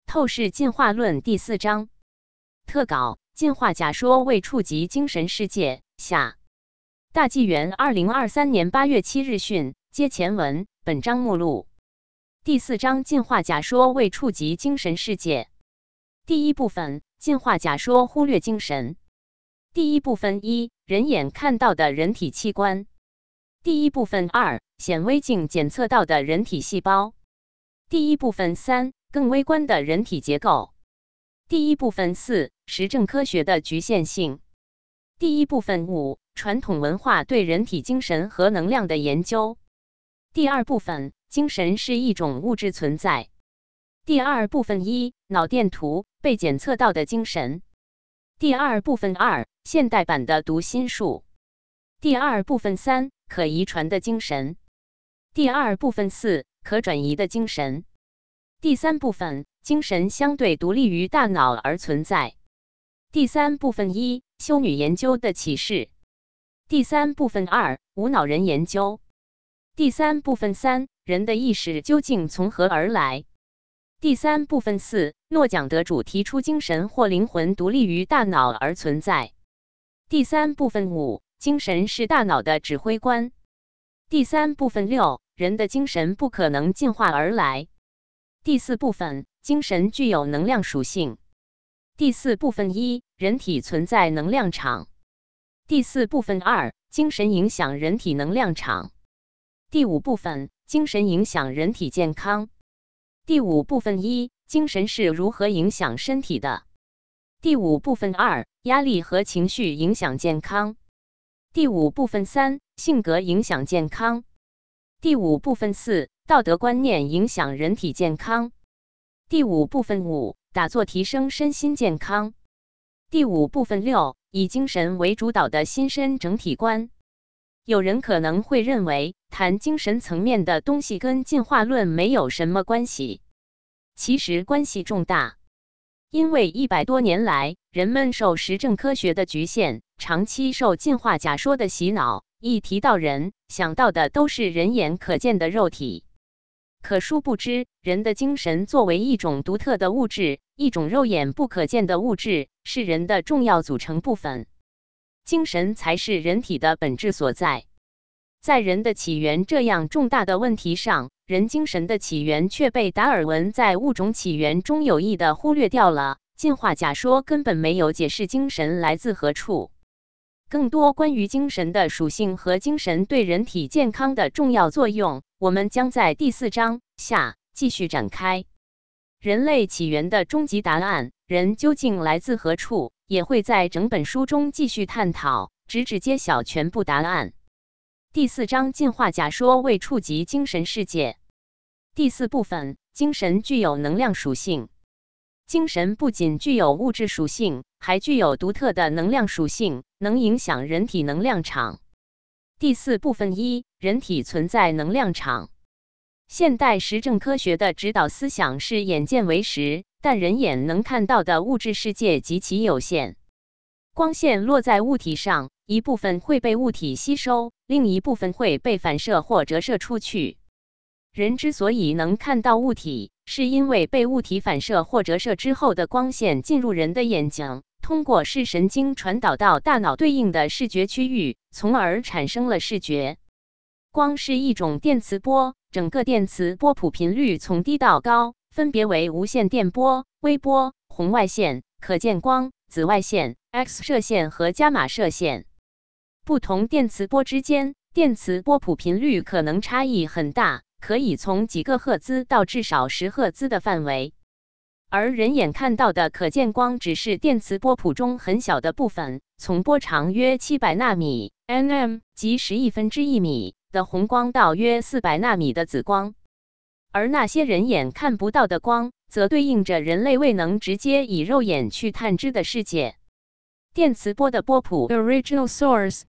透视进化论第4章特稿：进化假说未触及精神世界下。大纪元2023年8月7日讯，接前文。本章目录：第4章进化假说未触及精神世界。第一部分：进化假说忽略精神。第一部分1：人眼看到的人体器官。第一部分2：显微镜检测到的人体细胞。第一部分3：更微观的人体结构。第一部分4：实证科学的局限性。第一部分5：传统文化对人体精神和能量的研究。第二部分：精神是一种物质存在。第二部分1：脑电图被检测到的精神。第二部分2：现代版的读心术。第二部分3：可遗传的精神。第二部分4：可转移的精神。第三部分：精神相对独立于大脑而存在。第三部分1：修女研究的启示。第三部分2：无脑人研究。第三部分3：人的意识究竟从何而来。第三部分4：诺奖得主提出精神或灵魂独立于大脑而存在。第三部分5：精神是大脑的指挥官。第三部分6：人的精神不可能进化而来。第四部分：精神具有能量属性。第四部分1：人体存在能量场。第四部分2：精神影响人体能量场。第五部分：精神影响人体健康。第五部分1：精神是如何影响身体的。第五部分2：压力和情绪影响健康。第五部分3：性格影响健康。第五部分4：道德观念影响人体健康。第五部分5：打坐提升身心健康。第五部分6：以精神为主导的心身整体观。有人可能会认为，谈精神层面的东西跟进化论没有什么关系。其实关系重大，因为100多年来，人们受实证科学的局限，长期受进化假说的洗脑，一提到人，想到的都是人眼可见的肉体。可殊不知，人的精神作为一种独特的物质，一种肉眼不可见的物质，是人的重要组成部分。精神才是人体的本质所在。在人的起源这样重大的问题上，人精神的起源却被达尔文在物种起源中有意地忽略掉了。进化假说根本没有解释精神来自何处。更多关于精神的属性和精神对人体健康的重要作用，我们将在第4章下继续展开。人类起源的终极答案，人究竟来自何处，也会在整本书中继续探讨，直至揭晓全部答案。第4章进化假说未触及精神世界。第4部分：精神具有能量属性。精神不仅具有物质属性，还具有独特的能量属性，能影响人体能量场。第4部分1：人体存在能量场。现代实证科学的指导思想是眼见为实，但人眼能看到的物质世界极其有限。光线落在物体上，一部分会被物体吸收，另一部分会被反射或折射出去。人之所以能看到物体，是因为被物体反射或折射之后的光线进入人的眼睛，通过视神经传导到大脑对应的视觉区域，从而产生了视觉。光是一种电磁波，整个电磁波谱频率从低到高，分别为无线电波、微波、红外线、可见光、紫外线、X 射线和伽马射线。不同电磁波之间，电磁波谱频率可能差异很大，可以从几个赫兹到至少10赫兹的范围。而人眼看到的可见光只是电磁波谱中很小的部分，从波长约700纳米 nm 即10亿分之1米的红光到约400纳米的紫光。而那些人眼看不到的光，则对应着人类未能直接以肉眼去探知的世界。电磁波的波谱 Original Source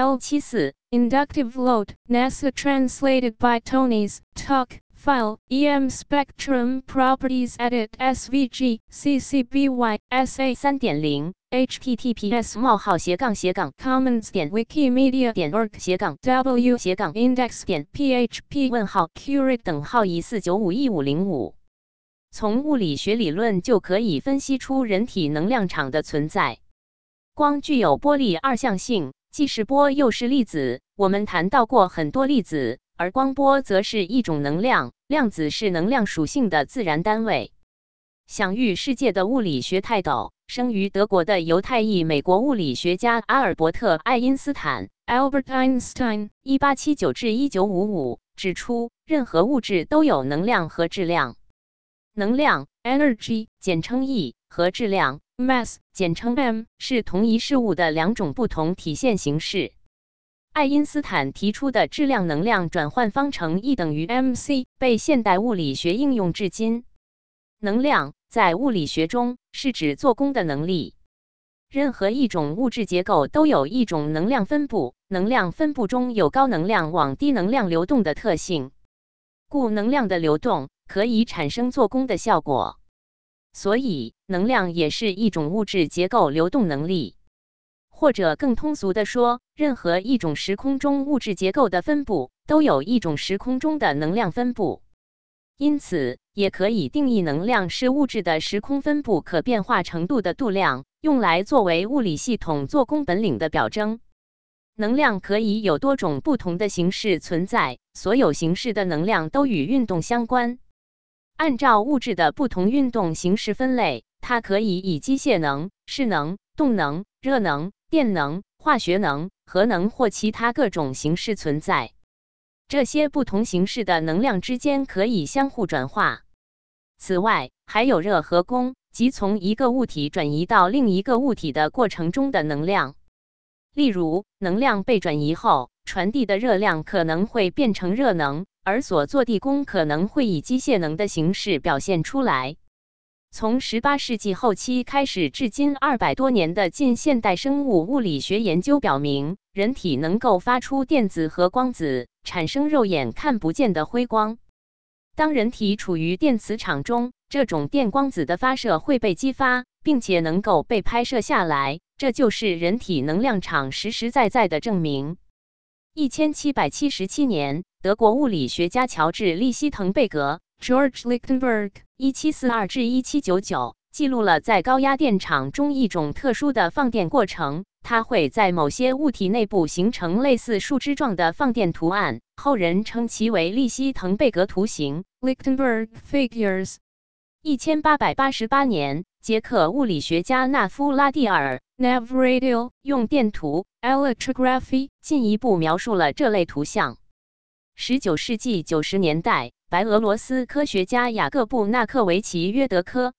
NL74 Inductive Load NASA Translated by Tony's Talk File EM Spectrum Properties Edit SVG CCBY SA 3.0 https://commons.wikimedia.org/w/index.php://curate:14951505 从物理学理论就可以分析出人体能量场的存在。光具有波粒二象性，既是波又是粒子。我们谈到过很多粒子，而光波则是一种能量，量子是能量属性的自然单位。享誉世界的物理学泰斗，生于德国的犹太裔美国物理学家阿尔伯特·爱因斯坦 （Albert Einstein， 1879至1955）指出，任何物质都有能量和质量。能量 （energy） 简称 E 和质量 （mass） 简称 m 是同一事物的两种不同体现形式。爱因斯坦提出的质量能量转换方程 E 等于 mc 被现代物理学应用至今。能量在物理学中是指做功的能力。任何一种物质结构都有一种能量分布，能量分布中有高能量往低能量流动的特性，故能量的流动可以产生做功的效果。所以，能量也是一种物质结构流动能力。或者更通俗地说，任何一种时空中物质结构的分布都有一种时空中的能量分布。因此，也可以定义能量是物质的时空分布可变化程度的度量，用来作为物理系统做功本领的表征。能量可以有多种不同的形式存在，所有形式的能量都与运动相关。按照物质的不同运动形式分类，它可以以机械能、势能、动能、热能、电能、化学能、核能或其他各种形式存在。这些不同形式的能量之间可以相互转化。此外，还有热和功，即从一个物体转移到另一个物体的过程中的能量。例如，能量被转移后，传递的热量可能会变成热能，而所做的功可能会以机械能的形式表现出来。从18世纪后期开始至今200多年的近现代生物物理学研究表明，人体能够发出电子和光子，产生肉眼看不见的辉光。当人体处于电磁场中，这种电光子的发射会被激发，并且能够被拍摄下来，这就是人体能量场实实在在的证明。1777年，德国物理学家乔治·利希滕贝格 （George Lichtenberg， 1742至1799）记录了在高压电场中一种特殊的放电过程，它会在某些物体内部形成类似树枝状的放电图案，后人称其为利希滕贝格图形 （Lichtenberg figures）。1888年，捷克物理学家纳夫拉蒂尔 （Navratil） 用电图 （electrography） 进一步描述了这类图像。19世纪90年代，白俄罗斯科学家雅各布·纳克维奇·约德科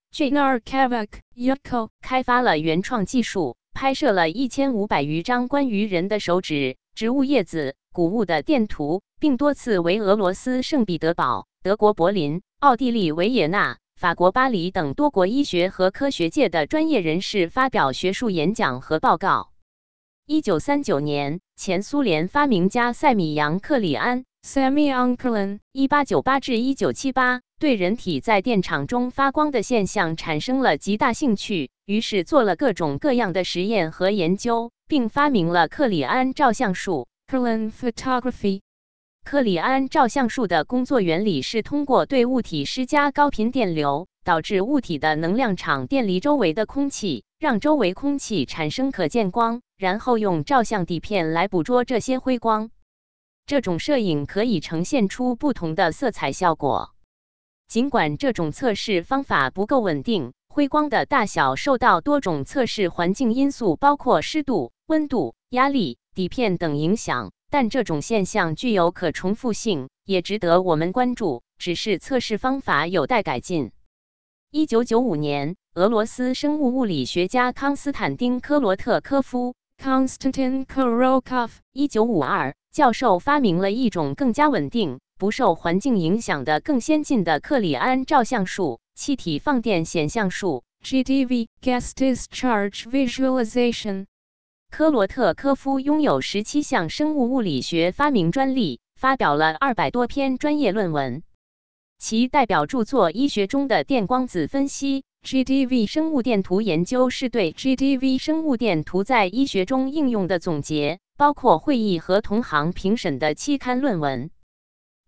（Yarkavak 开发了原创技术，拍摄了1500余张关于人的手指、植物叶子、谷物的电图，并多次为俄罗斯圣彼得堡、德国柏林、奥地利维也纳、法国巴黎等多国医学和科学界的专业人士发表学术演讲和报告。1939年，前苏联发明家塞米扬·克里安 （Semyon Kirlian， 1898至1978）对人体在电场中发光的现象产生了极大兴趣，于是做了各种各样的实验和研究，并发明了克里安照相术 （Kirlian photography）。克里安照相术的工作原理是通过对物体施加高频电流，导致物体的能量场电离周围的空气，让周围空气产生可见光，然后用照相底片来捕捉这些辉光。这种摄影可以呈现出不同的色彩效果。尽管这种测试方法不够稳定，辉光的大小受到多种测试环境因素，包括湿度、温度、压力、底片等影响，但这种现象具有可重复性，也值得我们关注，只是测试方法有待改进。1995年，俄罗斯生物物理学家康斯坦丁·科罗特科夫 （Konstantin Kurokov， 1952）教授发明了一种更加稳定、不受环境影响的更先进的克里安照相术——气体放电显像术 （GDV Gas Discharge Visualization）。科罗特科夫拥有17项生物物理学发明专利，发表了200多篇专业论文。其代表著作《医学中的电光子分析》（GDV 生物电图研究）是对 GDV 生物电图在医学中应用的总结，包括会议和同行评审的期刊论文。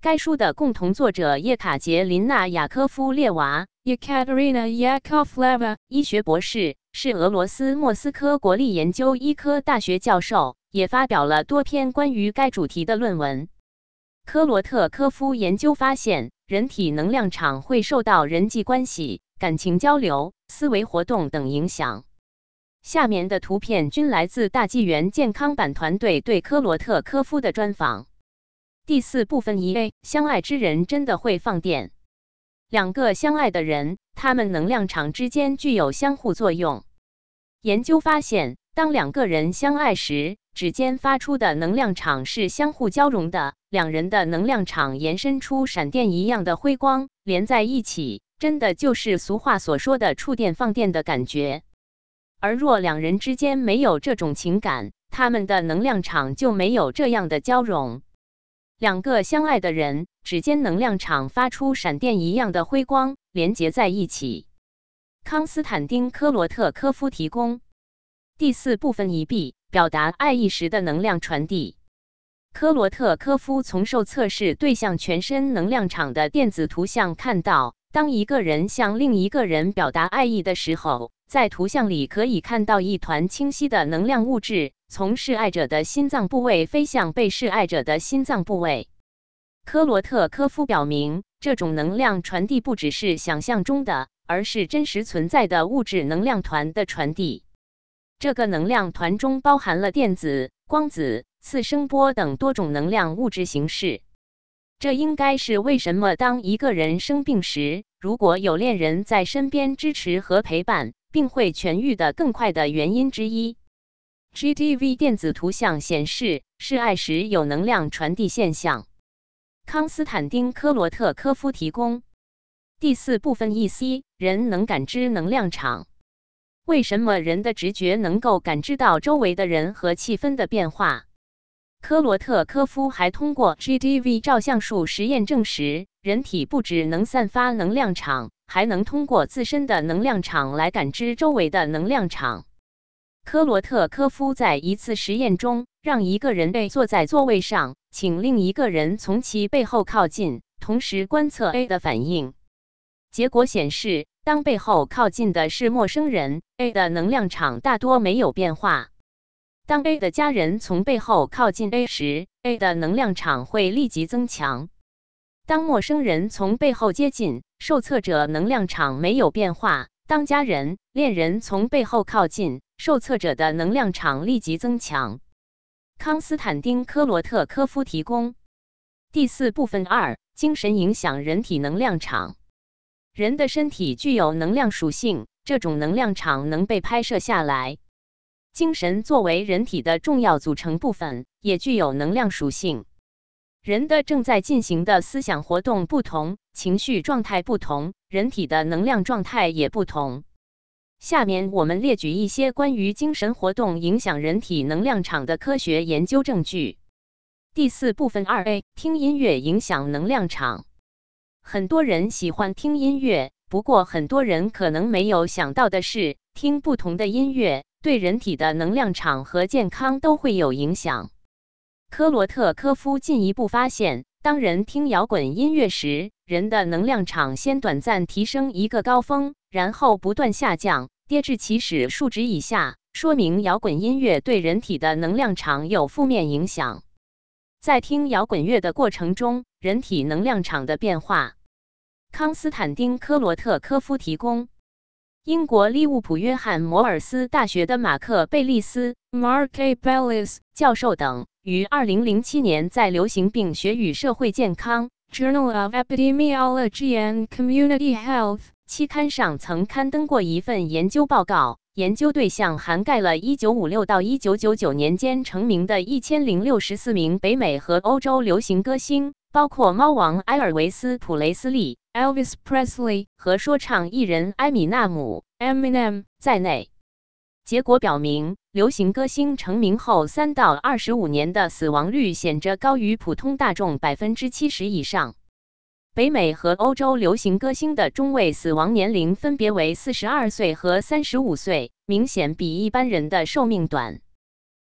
该书的共同作者叶卡捷琳娜·雅科夫列娃 Yekaterina Yakovleva 医学博士，是俄罗斯莫斯科国立研究医科大学教授，也发表了多篇关于该主题的论文。科罗特科夫研究发现，人体能量场会受到人际关系、感情交流、思维活动等影响。下面的图片均来自大纪元健康版团队对科罗特科夫的专访。第4部分1A， 相爱之人真的会放电。两个相爱的人，他们能量场之间具有相互作用。研究发现，当两个人相爱时，指尖发出的能量场是相互交融的，两人的能量场延伸出闪电一样的辉光，连在一起，真的就是俗话所说的触电放电的感觉。而若两人之间没有这种情感，他们的能量场就没有这样的交融。两个相爱的人，指尖能量场发出闪电一样的辉光，连结在一起。康斯坦丁·科罗特科夫提供。第4部分1B， 表达爱意时的能量传递。科罗特科夫从受测试对象全身能量场的电子图像看到，当一个人向另一个人表达爱意的时候，在图像里可以看到一团清晰的能量物质从示爱者的心脏部位飞向被示爱者的心脏部位。科罗特科夫表明，这种能量传递不只是想象中的，而是真实存在的物质能量团的传递。这个能量团中包含了电子、光子、次声波等多种能量物质形式。这应该是为什么当一个人生病时，如果有恋人在身边支持和陪伴，并会痊愈得更快的原因之一。GTV 电子图像显示，示爱时有能量传递现象。康斯坦丁·科罗特科夫提供。第4部分1C， 人能感知能量场。为什么人的直觉能够感知到周围的人和气氛的变化？科罗特科夫还通过 GTV 照相术实验证实，人体不只能散发能量场，还能通过自身的能量场来感知周围的能量场。科罗特科夫在一次实验中，让一个人A 坐在座位上，请另一个人从其背后靠近，同时观测 A 的反应。结果显示，当背后靠近的是陌生人， A 的能量场大多没有变化。当 A 的家人从背后靠近 A 时， A 的能量场会立即增强。当陌生人从背后接近，受测者能量场没有变化；当家人、恋人从背后靠近，受测者的能量场立即增强。康斯坦丁·科罗特科夫提供。第4部分2，精神影响人体能量场。人的身体具有能量属性，这种能量场能被拍摄下来。精神作为人体的重要组成部分，也具有能量属性。人的正在进行的思想活动不同，情绪状态不同，人体的能量状态也不同。下面我们列举一些关于精神活动影响人体能量场的科学研究证据。第4部分2A， 听音乐影响能量场。很多人喜欢听音乐，不过很多人可能没有想到的是，听不同的音乐对人体的能量场和健康都会有影响。科罗特科夫进一步发现，当人听摇滚音乐时，人的能量场先短暂提升一个高峰，然后不断下降，跌至起始数值以下，说明摇滚音乐对人体的能量场有负面影响。在听摇滚乐的过程中，人体能量场的变化。康斯坦丁·科罗特科夫提供。英国利物浦约翰·摩尔斯大学的马克·贝利斯 Mark A. Bellis 教授等，于2007年在流行病学与社会健康 Journal of Epidemiology and Community Health 期刊上曾刊登过一份研究报告，研究对象涵盖了1956到1999年间成名的1064名北美和欧洲流行歌星，包括猫王埃尔维斯·普雷斯利 Elvis Presley 和说唱艺人埃米纳姆 Eminem 在内。结果表明，流行歌星成名后3到25年的死亡率显着高于普通大众70%以上。北美和欧洲流行歌星的中位死亡年龄分别为42岁和35岁，明显比一般人的寿命短。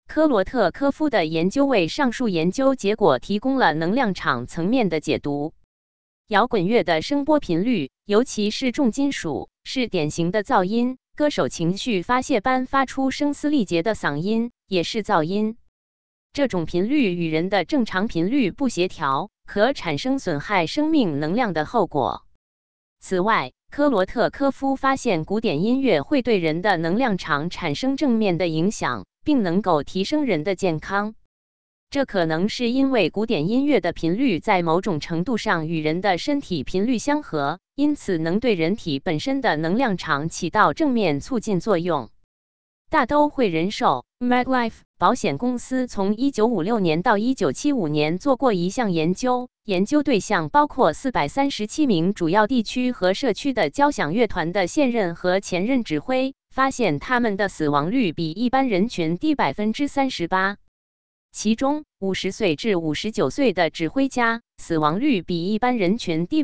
科罗特科夫的研究为上述研究结果提供了能量场层面的解读。摇滚乐的声波频率，尤其是重金属，是典型的噪音。歌手情绪发泄般发出声嘶力竭的嗓音，也是噪音。这种频率与人的正常频率不协调，可产生损害生命能量的后果。此外，科罗特科夫发现古典音乐会对人的能量场产生正面的影响，并能够提升人的健康。这可能是因为古典音乐的频率在某种程度上与人的身体频率相合，因此能对人体本身的能量场起到正面促进作用。大都会人寿 MetLife 保险公司从1956年到1975年做过一项研究，研究对象包括437名主要地区和社区的交响乐团的现任和前任指挥，发现他们的死亡率比一般人群低 38%。其中50岁至59岁的指挥家死亡率比一般人群低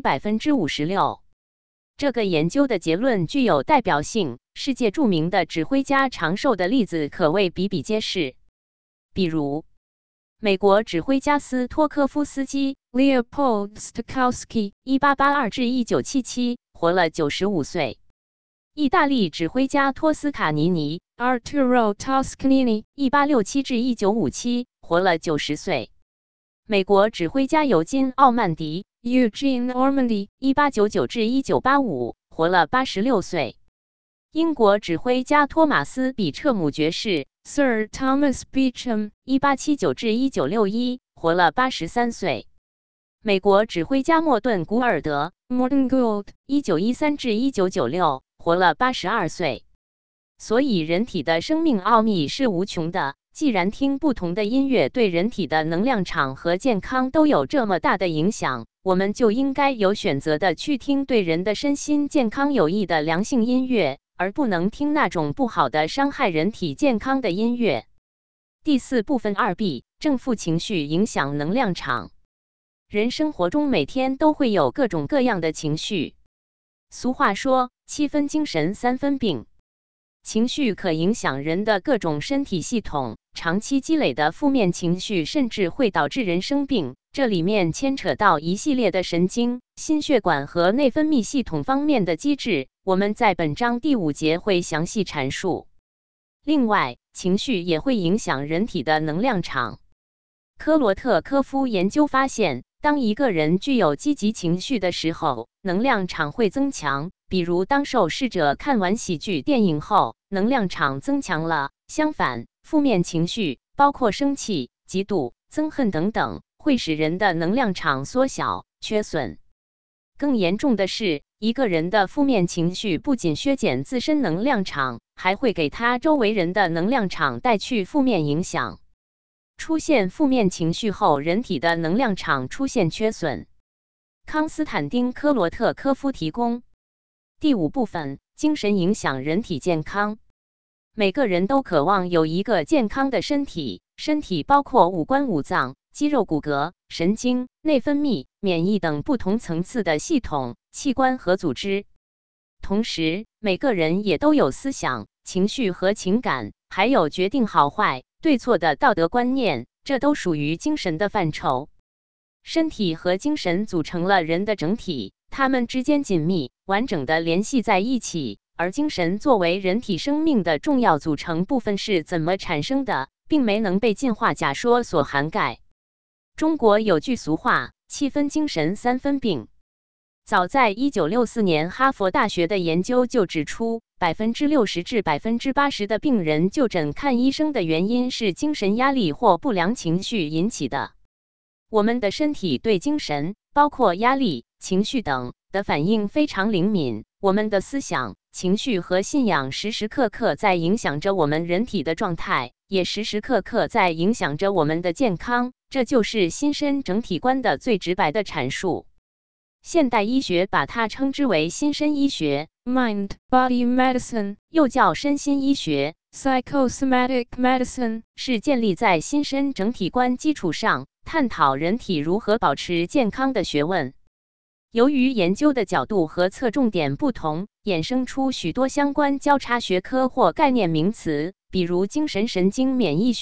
56%。这个研究的结论具有代表性，世界著名的指挥家长寿的例子可谓比比皆是。比如，美国指挥家斯托科夫斯基 Leopold Stokowski 1882至1977活了95岁。意大利指挥家托斯卡尼尼 Arturo Toscanini 1867至1957活了90岁。美国指挥家尤金·奥曼迪 Eugene Ormandy 1899至1985活了86岁。英国指挥家托马斯·比彻姆爵士 Sir Thomas Beecham 1879至1961活了83岁。美国指挥家莫顿·古尔德 Morton Gould 1913至1996活了82岁。所以人体的生命奥秘是无穷的，既然听不同的音乐对人体的能量场和健康都有这么大的影响，我们就应该有选择的去听对人的身心健康有益的良性音乐，而不能听那种不好的伤害人体健康的音乐。第4部分 2b 正负情绪影响能量场。人生活中每天都会有各种各样的情绪。俗话说7分精神3分病。情绪可影响人的各种身体系统，长期积累的负面情绪甚至会导致人生病，这里面牵扯到一系列的神经、心血管和内分泌系统方面的机制，我们在本章第5节会详细阐述。另外，情绪也会影响人体的能量场。科罗特科夫研究发现，当一个人具有积极情绪的时候，能量场会增强。比如当受试者看完喜剧电影后，能量场增强了。相反，负面情绪，包括生气、嫉妒、憎恨等等，会使人的能量场缩小、缺损。更严重的是，一个人的负面情绪不仅削减自身能量场，还会给他周围人的能量场带去负面影响。出现负面情绪后，人体的能量场出现缺损。康斯坦丁·科罗特科夫提供。第5部分，精神影响人体健康。每个人都渴望有一个健康的身体，身体包括五官五脏、肌肉骨骼、神经、内分泌、免疫等不同层次的系统、器官和组织。同时，每个人也都有思想、情绪和情感，还有决定好坏、对错的道德观念，这都属于精神的范畴。身体和精神组成了人的整体，它们之间紧密、完整的联系在一起。而精神作为人体生命的重要组成部分是怎么产生的，并没能被进化假说所涵盖。中国有句俗话：7分精神3分病。早在1964年，哈佛大学的研究就指出，60%至80%的病人就诊看医生的原因是精神压力或不良情绪引起的。我们的身体对精神，包括压力、情绪等的反应非常灵敏，我们的思想、情绪和信仰时时刻刻在影响着我们人体的状态，也时时刻刻在影响着我们的健康，这就是心身整体观的最直白的阐述。现代医学把它称之为心身医学 Mind Body Medicine， 又叫身心医学 Psychosomatic Medicine， 是建立在心身整体观基础上探讨人体如何保持健康的学问。由于研究的角度和侧重点不同，衍生出许多相关交叉学科或概念名词，比如精神神经免疫学、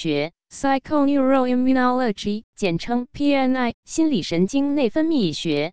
psychoneuroimmunology 简称 PNI 心理神经内分泌学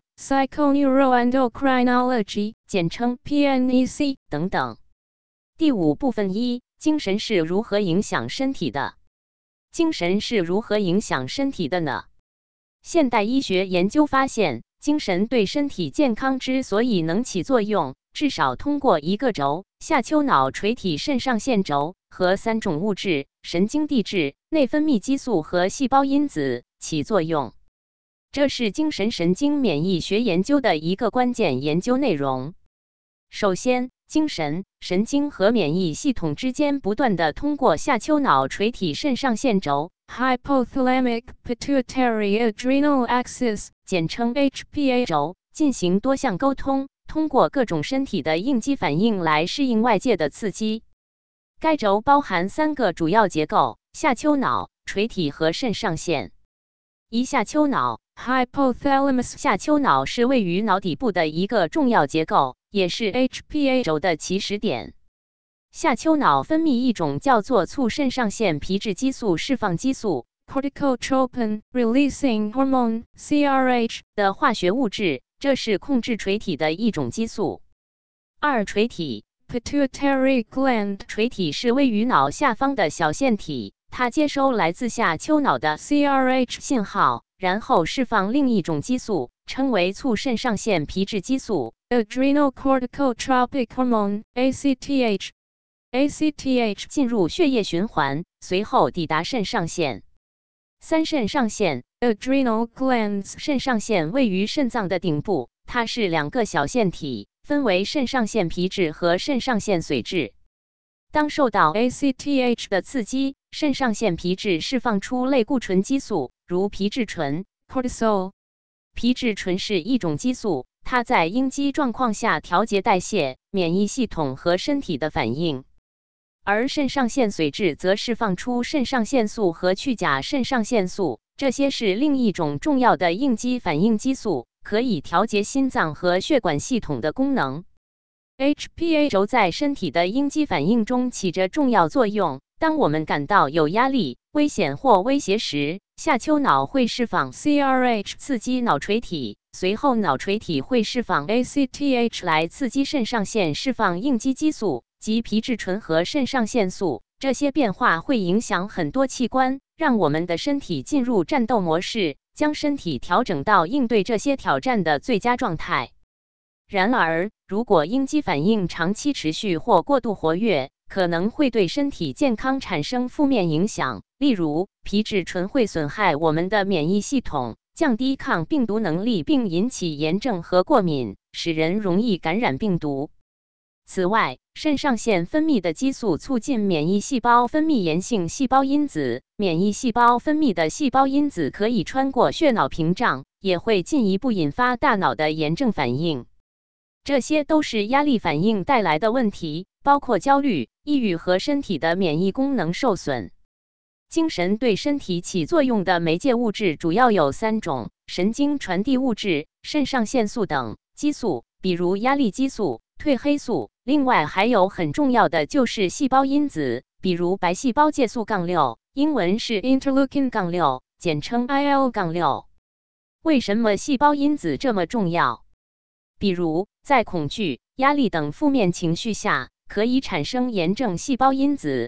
psychoneuroendocrinology 简称 PNEC 等等。第5部分1，精神是如何影响身体的？精神是如何影响身体的呢？现代医学研究发现，精神对身体健康之所以能起作用，至少通过一个轴——下丘脑垂体肾上腺轴和3种物质：神经递质、内分泌激素和细胞因子起作用。这是精神神经免疫学研究的一个关键研究内容。首先，精神、神经和免疫系统之间不断地通过下丘脑垂体肾上腺轴 hypothalamic pituitary adrenal axis 简称 HPA 轴进行多项沟通，通过各种身体的应激反应来适应外界的刺激。该轴包含3个主要结构：下丘脑、垂体和肾上腺。下丘脑 hypothalamus 下丘脑是位于脑底部的一个重要结构，也是 HPA 轴的起始点。下丘脑分泌一种叫做促肾上腺皮质激素释放激素 corticotropin releasing hormone CRH 的化学物质，这是控制垂体的一种激素。垂体 pituitary gland 垂体是位于脑下方的小腺体，它接收来自下丘脑的 CRH 信号，然后释放另一种激素，称为促肾上腺皮质激素 adrenocorticotropic hormone ACTH 进入血液循环，随后抵达肾上腺。肾上腺 adrenal glands 肾上腺位于肾脏的顶部，它是2个小腺体，分为肾上腺皮质和肾上腺髓质。当受到 ACTH 的刺激，肾上腺皮质释放出类固醇激素，如皮质醇 cortisol。 皮质醇是一种激素，它在应激状况下调节代谢、免疫系统和身体的反应。而肾上腺髓质则释放出肾上腺素和去甲肾上腺素，这些是另一种重要的应激反应激素，可以调节心脏和血管系统的功能。HPA 轴在身体的应激反应中起着重要作用。当我们感到有压力、危险或威胁时，下丘脑会释放 CRH 刺激脑垂体，随后脑垂体会释放 ACTH 来刺激肾上腺释放应激激素及皮质醇和肾上腺素。这些变化会影响很多器官，让我们的身体进入战斗模式，将身体调整到应对这些挑战的最佳状态。然而，如果应激反应长期持续或过度活跃，可能会对身体健康产生负面影响。例如，皮质醇会损害我们的免疫系统，降低抗病毒能力，并引起炎症和过敏，使人容易感染病毒。此外，肾上腺分泌的激素促进免疫细胞分泌炎性细胞因子，免疫细胞分泌的细胞因子可以穿过血脑屏障，也会进一步引发大脑的炎症反应。这些都是压力反应带来的问题，包括焦虑、抑郁和身体的免疫功能受损。精神对身体起作用的媒介物质主要有3种：神经传递物质、肾上腺素等；激素，比如压力激素、褪黑素。另外还有很重要的就是细胞因子，比如白细胞介素6，英文是 interleukin-6，简称 IL-6。为什么细胞因子这么重要？比如，在恐惧、压力等负面情绪下，可以产生炎症细胞因子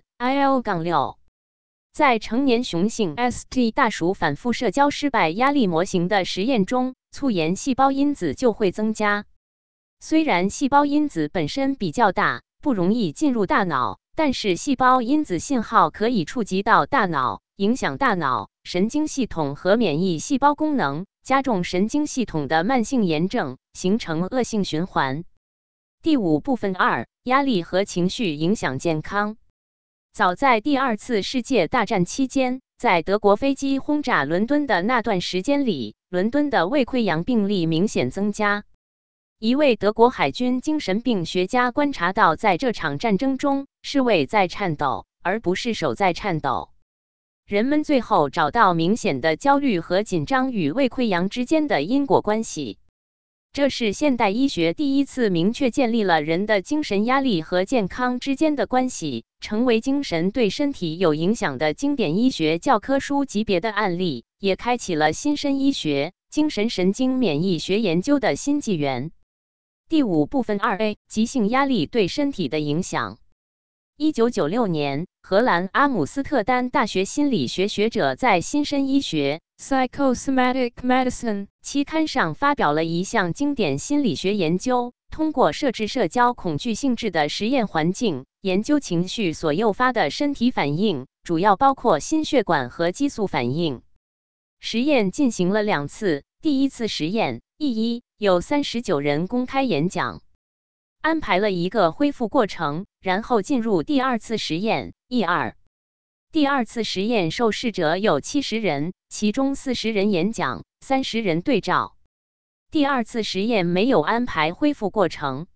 IL-6。在成年雄性 ST 大鼠反复社交失败压力模型的实验中，促炎细胞因子就会增加。虽然细胞因子本身比较大，不容易进入大脑，但是细胞因子信号可以触及到大脑，影响大脑、神经系统和免疫细胞功能，加重神经系统的慢性炎症，形成恶性循环。第5部分2，压力和情绪影响健康。早在第2次世界大战期间，在德国飞机轰炸伦敦的那段时间里，伦敦的胃溃疡病例明显增加。一位德国海军精神病学家观察到，在这场战争中，是胃在颤抖，而不是手在颤抖。人们最后找到明显的焦虑和紧张与胃溃疡之间的因果关系。 这是现代医学第一次明确建立了人的精神压力和健康之间的关系，成为精神对身体有影响的经典医学教科书级别的案例，也开启了新生医学、精神神经免疫学研究的新纪元。第5部分 2A 急性压力对身体的影响。1996年，荷兰阿姆斯特丹大学心理学学者在《新生医学》 Psychosomatic Medicine 期刊上发表了一项经典心理学研究，通过设置社交恐惧性质的实验环境，研究情绪所诱发的身体反应，主要包括心血管和激素反应。实验进行了2次，第一次实验 E1 有39人公开演讲，安排了一个恢复过程，然后进入第2次实验 E2。第2次实验受试者有70人，其中40人演讲，30人对照。第2次实验没有安排恢复过程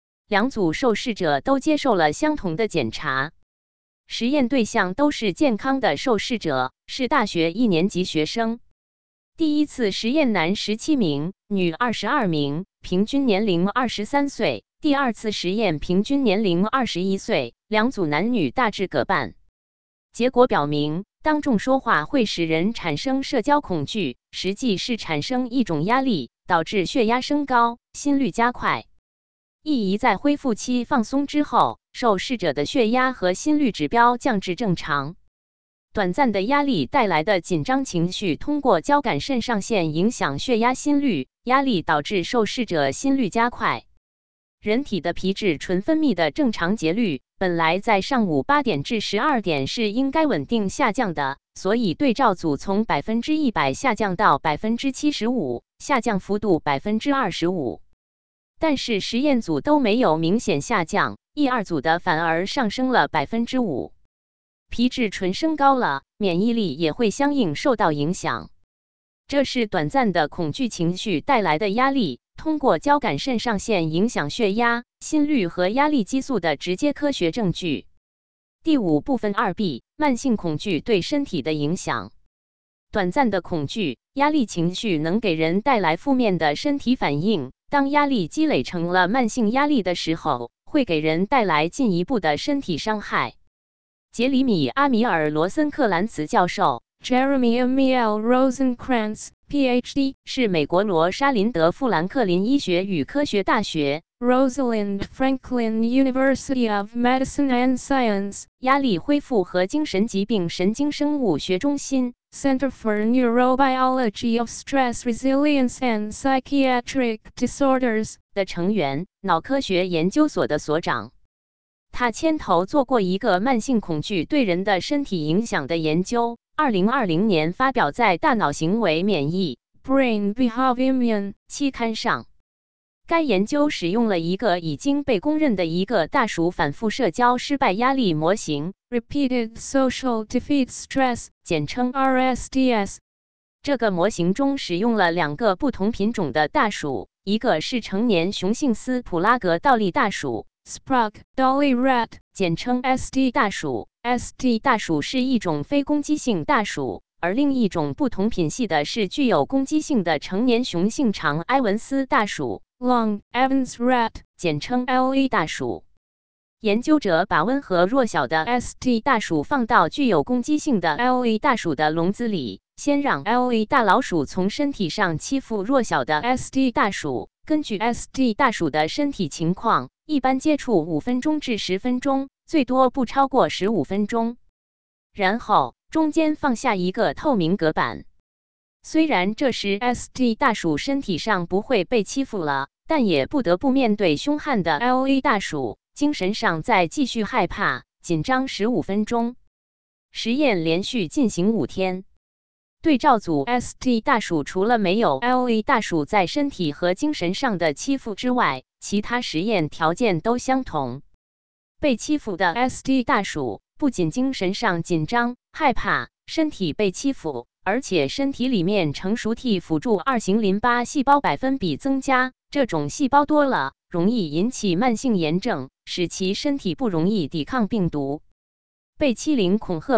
，2组受试者都接受了相同的检查。实验对象都是健康的受试者，是大学1年级学生。第1次实验男17名，女22名，平均年龄23岁。第2次实验平均年龄21岁，2组男女大致各半。结果表明，当众说话会使人产生社交恐惧，实际是产生一种压力，导致血压升高、心率加快。E1在恢复期放松之后，受试者的血压和心率指标降至正常。短暂的压力带来的紧张情绪通过交感肾上腺影响血压、心率，压力导致受试者心率加快。人体的皮质醇分泌的正常节律本来在上午8点至12点是应该稳定下降的，所以对照组从100%下降到75%，下降幅度25%。但是实验组都没有明显下降，E2组的反而上升了5%。皮质醇升高了，免疫力也会相应受到影响。这是短暂的恐惧情绪带来的压力，通过交感肾上腺影响血压、心率和压力激素的直接科学证据。第5部分 2B 慢性恐惧对身体的影响。短暂的恐惧、压力情绪能给人带来负面的身体反应，当压力积累成了慢性压力的时候，会给人带来进一步的身体伤害。杰里米·阿米尔·罗森克兰茨教授 Jeremy Emil Rosenkranz, Ph.D. 是美国罗莎琳德·富兰克林医学与科学大学 Rosalind Franklin University of Medicine and Science 压力恢复和精神疾病神经生物学中心 Center for Neurobiology of Stress Resilience and Psychiatric Disorders 的成员，脑科学研究所的所长。他牵头做过一个慢性恐惧对人的身体影响的研究，2020年发表在《大脑行为免疫》 Brain Behavior 期刊上。该研究使用了一个已经被公认的一个大鼠反复社交失败压力模型 Repeated Social Defeat Stress 简称 RSDS。 这个模型中使用了2个不同品种的大鼠，一个是成年雄性斯普拉格倒立大鼠 Sprague Dolly Rat 简称 SD 大鼠。SD 大鼠是一种非攻击性大鼠，而另一种不同品系的是具有攻击性的成年雄性长埃文斯大鼠 Long Evans Rat 简称 LE 大鼠。研究者把温和弱小的 SD 大鼠放到具有攻击性的 LE 大鼠的笼子里，先让 LE 大老鼠从身体上欺负弱小的 SD 大鼠，根据 SD 大鼠的身体情况，一般接触5分钟至10分钟，最多不超过15分钟。然后中间放下一个透明隔板。虽然这时 SD 大鼠身体上不会被欺负了，但也不得不面对凶悍的 LE 大鼠，精神上再继续害怕、紧张15分钟。实验连续进行5天。对照组 SD 大鼠除了没有 LE 大鼠在身体和精神上的欺负之外，其他实验条件都相同。被欺负的 SD 大鼠不仅精神上紧张、害怕，身体被欺负，而且身体里面成熟体辅助2型淋巴细胞百分比增加，这种细胞多了，容易引起慢性炎症，使其身体不容易抵抗病毒。被欺凌恐吓后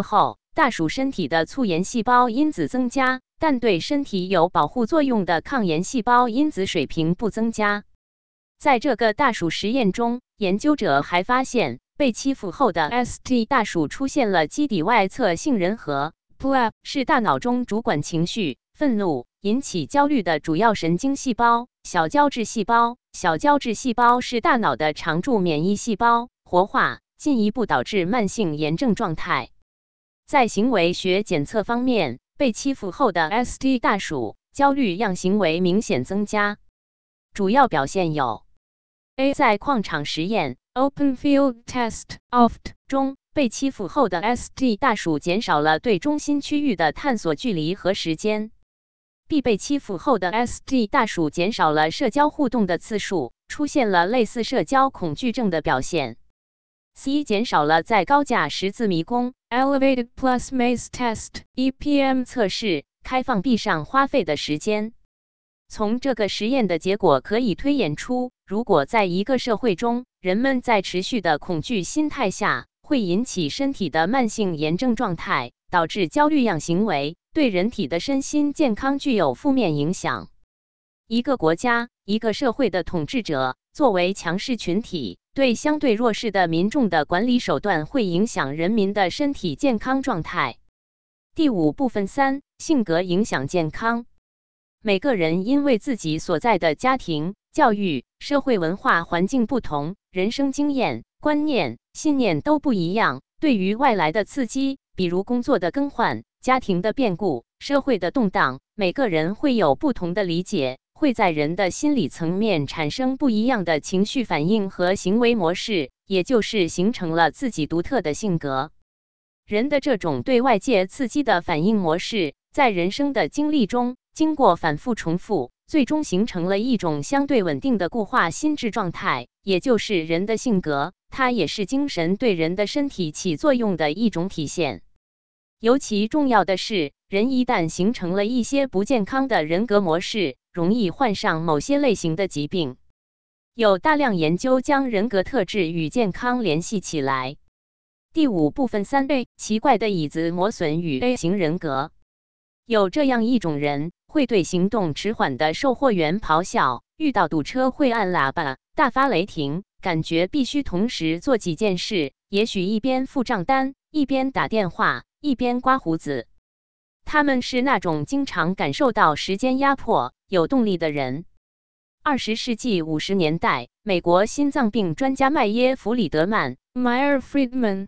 大鼠身体的促炎细胞因子增加，但对身体有保护作用的抗炎细胞因子水平不增加。在这个大鼠实验中，研究者还发现，被欺负后的 ST 大鼠出现了基底外侧杏仁核 （PLEP），是大脑中主管情绪、愤怒、引起焦虑的主要神经细胞。小胶质细胞，小胶质细胞是大脑的常驻免疫细胞，活化进一步导致慢性炎症状态。在行为学检测方面，被欺负后的 ST 大鼠焦虑样行为明显增加，主要表现有 ：A. 在矿场实验 Open Field Test (OFT) 中，被欺负后的 ST 大鼠减少了对中心区域的探索距离和时间。B. 被欺负后的 ST 大鼠减少了社交互动的次数，出现了类似社交恐惧症的表现。C. 减少了在高架十字迷宫 Elevated Plus Maze Test (EPM) 测试开放壁上花费的时间。从这个实验的结果可以推演出，如果在一个社会中，人们在持续的恐惧心态下，会引起身体的慢性炎症状态，导致焦虑样行为，对人体的身心健康具有负面影响。一个国家、一个社会的统治者作为强势群体，对相对弱势的民众的管理手段会影响人民的身体健康状态。第5部分3，性格影响健康。每个人因为自己所在的家庭、教育、社会文化环境不同，人生经验、观念、信念都不一样，对于外来的刺激，比如工作的更换、家庭的变故、社会的动荡，每个人会有不同的理解，会在人的心理层面产生不一样的情绪反应和行为模式，也就是形成了自己独特的性格。人的这种对外界刺激的反应模式，在人生的经历中，经过反复重复，最终形成了一种相对稳定的固化心智状态，也就是人的性格。它也是精神对人的身体起作用的一种体现。尤其重要的是，人一旦形成了一些不健康的人格模式，容易患上某些类型的疾病。有大量研究将人格特质与健康联系起来。第5部分3，奇怪的椅子磨损与 A 型人格。有这样一种人，会对行动迟缓的售货员咆哮，遇到堵车会按喇叭，大发雷霆，感觉必须同时做几件事，也许一边付账单，一边打电话，一边刮胡子。他们是那种经常感受到时间压迫、有动力的人。20世纪50年代，美国心脏病专家麦耶·弗里德曼 Meyer Friedman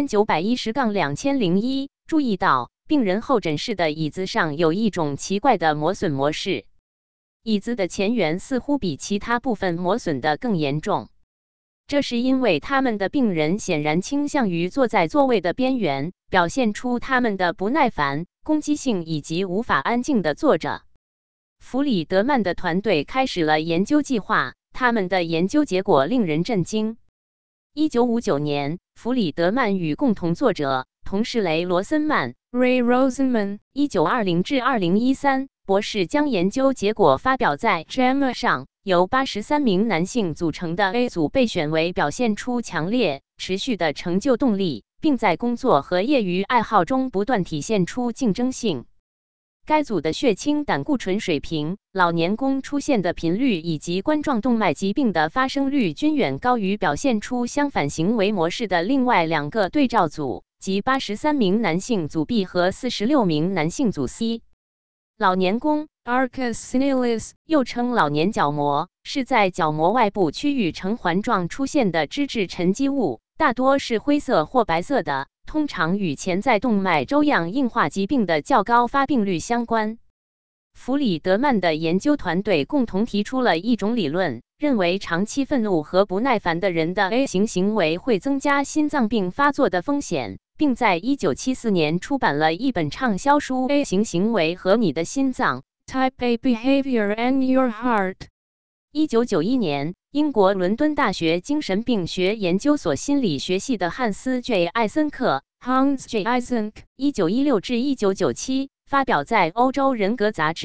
1910-2001注意到，病人候诊室的椅子上有一种奇怪的磨损模式，椅子的前缘似乎比其他部分磨损的更严重。这是因为他们的病人显然倾向于坐在座位的边缘，表现出他们的不耐烦、攻击性以及无法安静地坐着。弗里德曼的团队开始了研究计划，他们的研究结果令人震惊。1959年，弗里德曼与共同作者同事雷·罗森曼 Ray Rosenman 1920-2013博士将研究结果发表在 JAMA 上。由83名男性组成的 A 组被选为表现出强烈、持续的成就动力，并在工作和业余爱好中不断体现出竞争性。该组的血清胆固醇水平、老年宫出现的频率以及冠状动脉疾病的发生率均远高于表现出相反行为模式的另外2个对照组，即83名男性组 B 和46名男性组 C。老年宫 Arcus senilis 又称老年角膜，是在角膜外部区域呈环状出现的脂质沉积物，大多是灰色或白色的，通常与潜在动脉粥样硬化疾病的较高发病率相关。弗里德曼的研究团队共同提出了一种理论，认为长期愤怒和不耐烦的人的 A 型行为会增加心脏病发作的风险，并在1974年出版了一本畅销书《A 型行为和你的心脏》 Type A Behavior and Your Heart。 1991年，英国伦敦大学精神病学研究所心理学系的汉斯 ·J. 艾森克 Hans J. Eisenk 1916-1997发表在《欧洲人格杂志》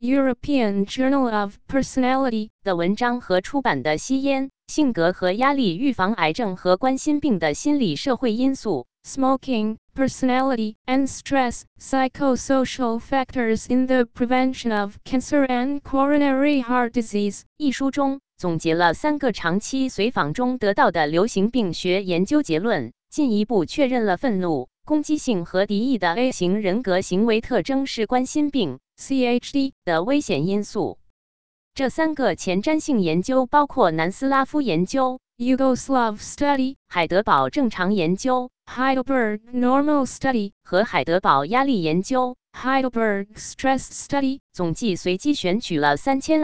European Journal of Personality 的文章和出版的吸烟、性格和压力预防癌症和冠心病的心理社会因素 Smoking, Personality, and Stress, Psychosocial Factors in the Prevention of Cancer and Coronary Heart Disease 一书中总结了3个长期随访中得到的流行病学研究结论，进一步确认了愤怒、攻击性和敌意的 A 型人格行为特征是冠心病 CHD 的危险因素。这3个前瞻性研究包括南斯拉夫研究、 Yugoslav Study, 海德堡正常研究 Heidelberg Normal Study, 和海德堡压力研究 Heidelberg Stress Study, 总计随机选取了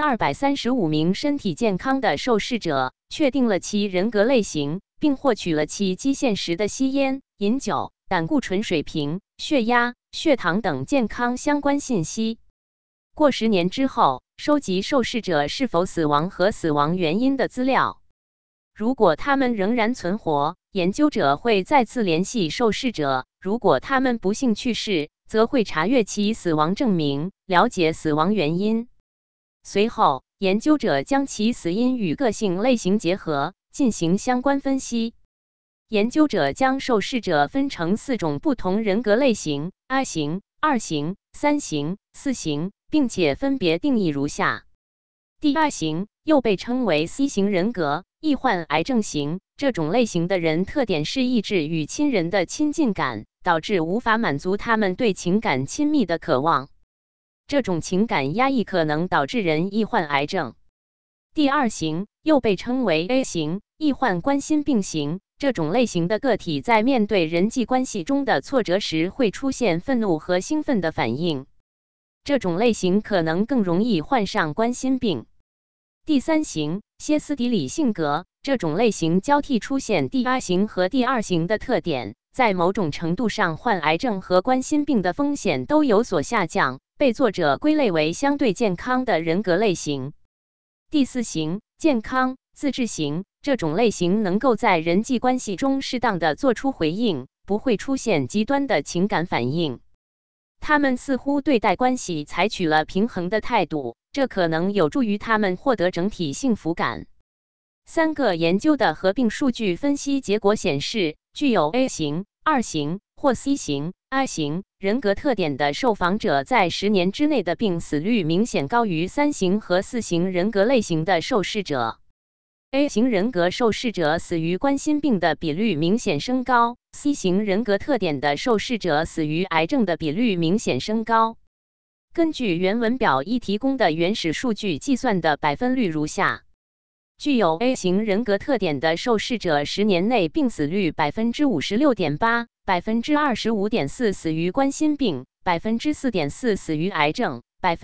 3235名身体健康的受试者，确定了其人格类型，并获取了其基线时的吸烟、饮酒、胆固醇水平、血压、血糖等健康相关信息。过10年之后，收集受试者是否死亡和死亡原因的资料。如果他们仍然存活，研究者会再次联系受试者；如果他们不幸去世，则会查阅其死亡证明，了解死亡原因。随后，研究者将其死因与个性类型结合，进行相关分析。研究者将受试者分成4种不同人格类型 ：I 型、2型、3型、4型，并且分别定义如下。第2型又被称为 C 型人格，易患癌症型。这种类型的人特点是抑制与亲人的亲近感，导致无法满足他们对情感亲密的渴望。这种情感压抑可能导致人易患癌症。第2型又被称为 A 型，易患冠心病型。这种类型的个体在面对人际关系中的挫折时会出现愤怒和兴奋的反应。这种类型可能更容易患上冠心病。第3型歇斯底里性格，这种类型交替出现第I型和第2型的特点，在某种程度上患癌症和冠心病的风险都有所下降，被作者归类为相对健康的人格类型。第4型健康自制型，这种类型能够在人际关系中适当的做出回应，不会出现极端的情感反应。他们似乎对待关系采取了平衡的态度，这可能有助于他们获得整体幸福感。3个研究的合并数据分析结果显示，具有 A 型、2型或 C 型、I 型人格特点的受访者在10年之内的病死率明显高于3型和4型人格类型的受试者。A 型人格受试者死于冠心病的比率明显升高 ，C 型人格特点的受试者死于癌症的比率明显升高。根据原文表一提供的原始数据计算的百分率如下：具有 A 型人格特点的受试者10年内病死率 56.8%， 25.4% 死于冠心病， 4.4% 死于癌症，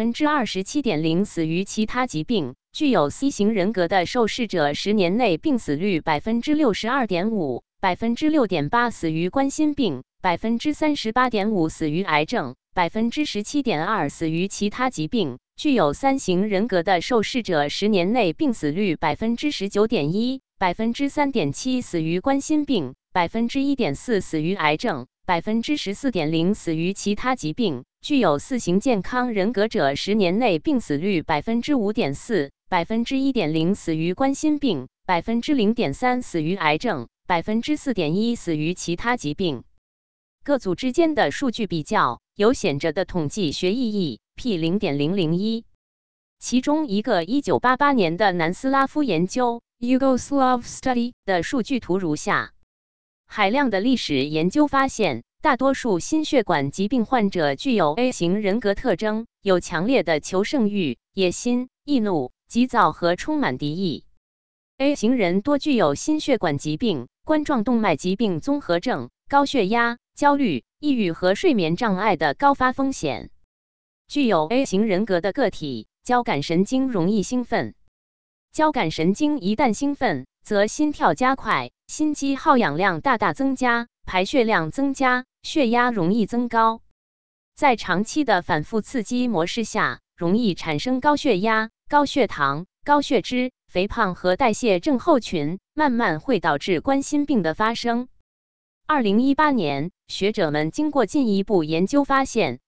27.0% 死于其他疾病。具有 C 型人格的受试者10年内病死率 62.5%， 6.8% 死于冠心病， 38.5% 死于癌症， 17.2% 死于其他疾病。具有3型人格的受试者10年内病死率 19.1%， 3.7% 死于冠心病， 1.4% 死于癌症， 14.0% 死于其他疾病。具有4型健康人格者10年内病死率 5.4%， 1.0% 死于冠心病， 0.3% 死于癌症， 4.1% 死于其他疾病。各组之间的数据比较有显著的统计学意义 P0.001。其中一个1988年的南斯拉夫研究 Yugoslav Study 的数据图如下。海量的历史研究发现，大多数心血管疾病患者具有 A 型人格特征，有强烈的求胜欲、野心、易怒、急躁和充满敌意。A 型人多具有心血管疾病、冠状动脉疾病综合症、高血压、焦虑、抑郁和睡眠障碍的高发风险。具有 A 型人格的个体，交感神经容易兴奋。交感神经一旦兴奋，则心跳加快，心肌耗氧量大大增加，排血量增加，血压容易增高。在长期的反复刺激模式下，容易产生高血压、高血糖、高血脂、肥胖和代谢症候群，慢慢会导致冠心病的发生。2018年，学者们经过进一步研究发现，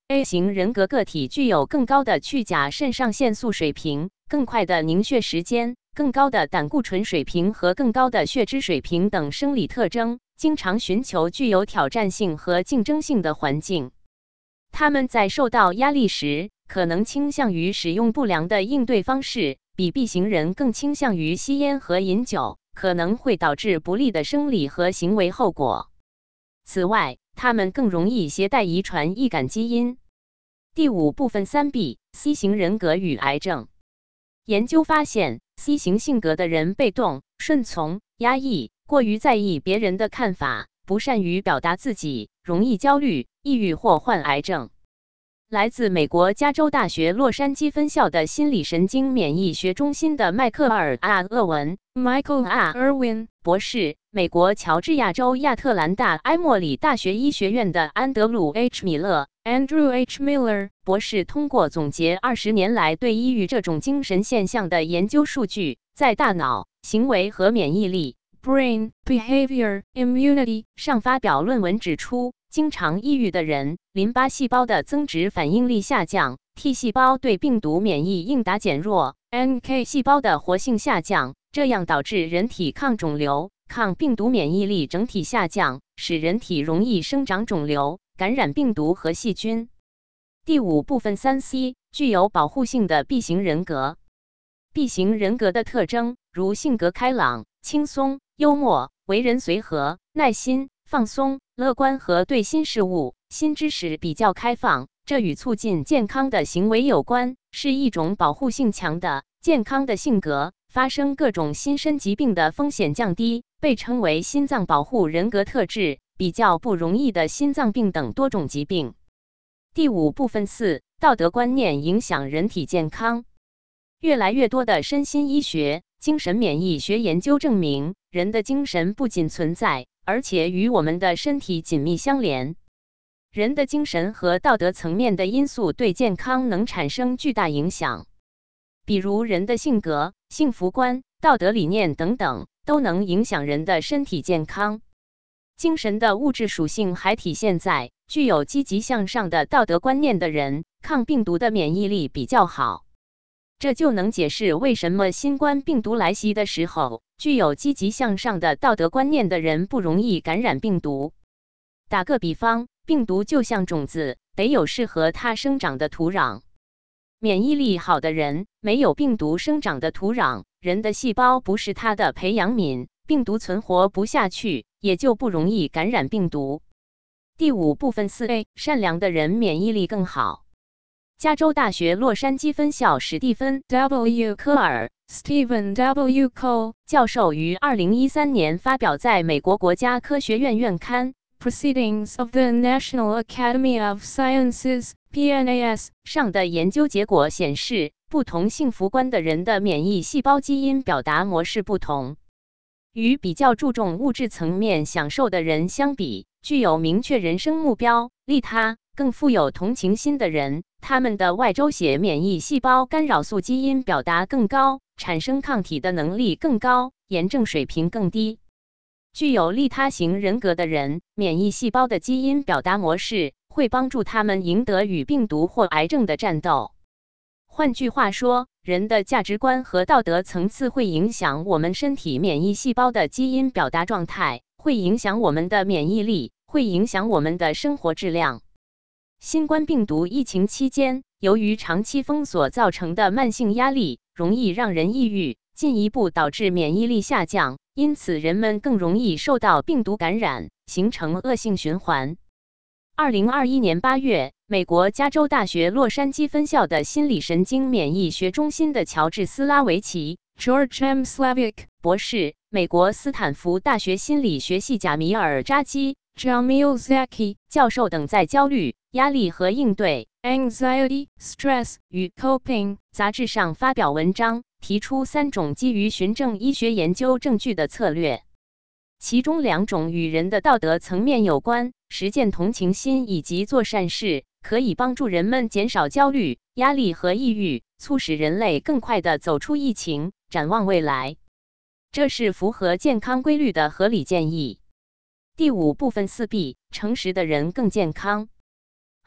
A 型人格个体具有更高的去甲肾上腺素水平、更快的凝血时间、更高的胆固醇水平和更高的血脂水平等生理特征，经常寻求具有挑战性和竞争性的环境。他们在受到压力时，可能倾向于使用不良的应对方式，比 B 型人更倾向于吸烟和饮酒，可能会导致不利的生理和行为后果。此外，他们更容易携带遗传易感基因。第5部分 3B，C 型人格与癌症。研究发现 ，C 型性格的人被动、顺从、压抑，过于在意别人的看法，不善于表达自己，容易焦虑、抑郁或患癌症。来自美国加州大学洛杉矶分校的心理神经免疫学中心的迈克尔 ·厄文 Michael Irwin 博士，美国乔治亚州亚特兰大埃默里大学医学院的安德鲁 ·H. 米勒 Andrew H. Miller 博士通过总结20年来对抑郁这种精神现象的研究数据，在大脑、行为和免疫力 Brain, Behavior, Immunity 上发表论文指出，经常抑郁的人，淋巴细胞的增殖反应力下降 ，T 细胞对病毒免疫应答减弱 ，NK 细胞的活性下降，这样导致人体抗肿瘤、抗病毒免疫力整体下降，使人体容易生长肿瘤、感染病毒和细菌。第5部分 3C， 具有保护性的 B 型人格。B 型人格的特征，如性格开朗、轻松、幽默、为人随和、耐心、放松、乐观和对新事物、新知识比较开放，这与促进健康的行为有关，是一种保护性强的、健康的性格，发生各种新生疾病的风险降低，被称为心脏保护人格特质，比较不容易的心脏病等多种疾病。第5部分4，道德观念影响人体健康。越来越多的身心医学、精神免疫学研究证明，人的精神不仅存在，而且与我们的身体紧密相连。人的精神和道德层面的因素对健康能产生巨大影响，比如人的性格、幸福观、道德理念等等，都能影响人的身体健康。精神的物质属性还体现在具有积极向上的道德观念的人，抗病毒的免疫力比较好。这就能解释为什么新冠病毒来袭的时候，具有积极向上的道德观念的人不容易感染病毒。打个比方，病毒就像种子，得有适合它生长的土壤。免疫力好的人，没有病毒生长的土壤，人的细胞不是它的培养皿，病毒存活不下去，也就不容易感染病毒。第5部分 4A， 善良的人免疫力更好。加州大学洛杉矶分校史蒂芬 W. 科尔 Stephen W. Cole 教授于2013年发表在美国国家科学院院刊 Proceedings of the National Academy of Sciences PNAS 上的研究结果显示，不同幸福观的人的免疫细胞基因表达模式不同。与比较注重物质层面享受的人相比，具有明确人生目标、利他、更富有同情心的人，他们的外周血免疫细胞干扰素基因表达更高，产生抗体的能力更高，炎症水平更低。具有利他型人格的人，免疫细胞的基因表达模式会帮助他们赢得与病毒或癌症的战斗。换句话说，人的价值观和道德层次会影响我们身体免疫细胞的基因表达状态，会影响我们的免疫力，会影响我们的生活质量。新冠病毒疫情期间，由于长期封锁造成的慢性压力，容易让人抑郁，进一步导致免疫力下降，因此人们更容易受到病毒感染，形成恶性循环。2021年8月，美国加州大学洛杉矶分校的心理神经免疫学中心的乔治·斯拉维奇 George M. Slavic 博士，美国斯坦福大学心理学系贾米尔·扎基 Jamil Zaki 教授等在焦虑、压力和应对 Anxiety, Stress 与 Coping 杂志上发表文章，提出3种基于循证医学研究证据的策略。其中2种与人的道德层面有关，实践同情心以及做善事，可以帮助人们减少焦虑、压力和抑郁，促使人类更快地走出疫情，展望未来。这是符合健康规律的合理建议。第5部分 4B， 诚实的人更健康。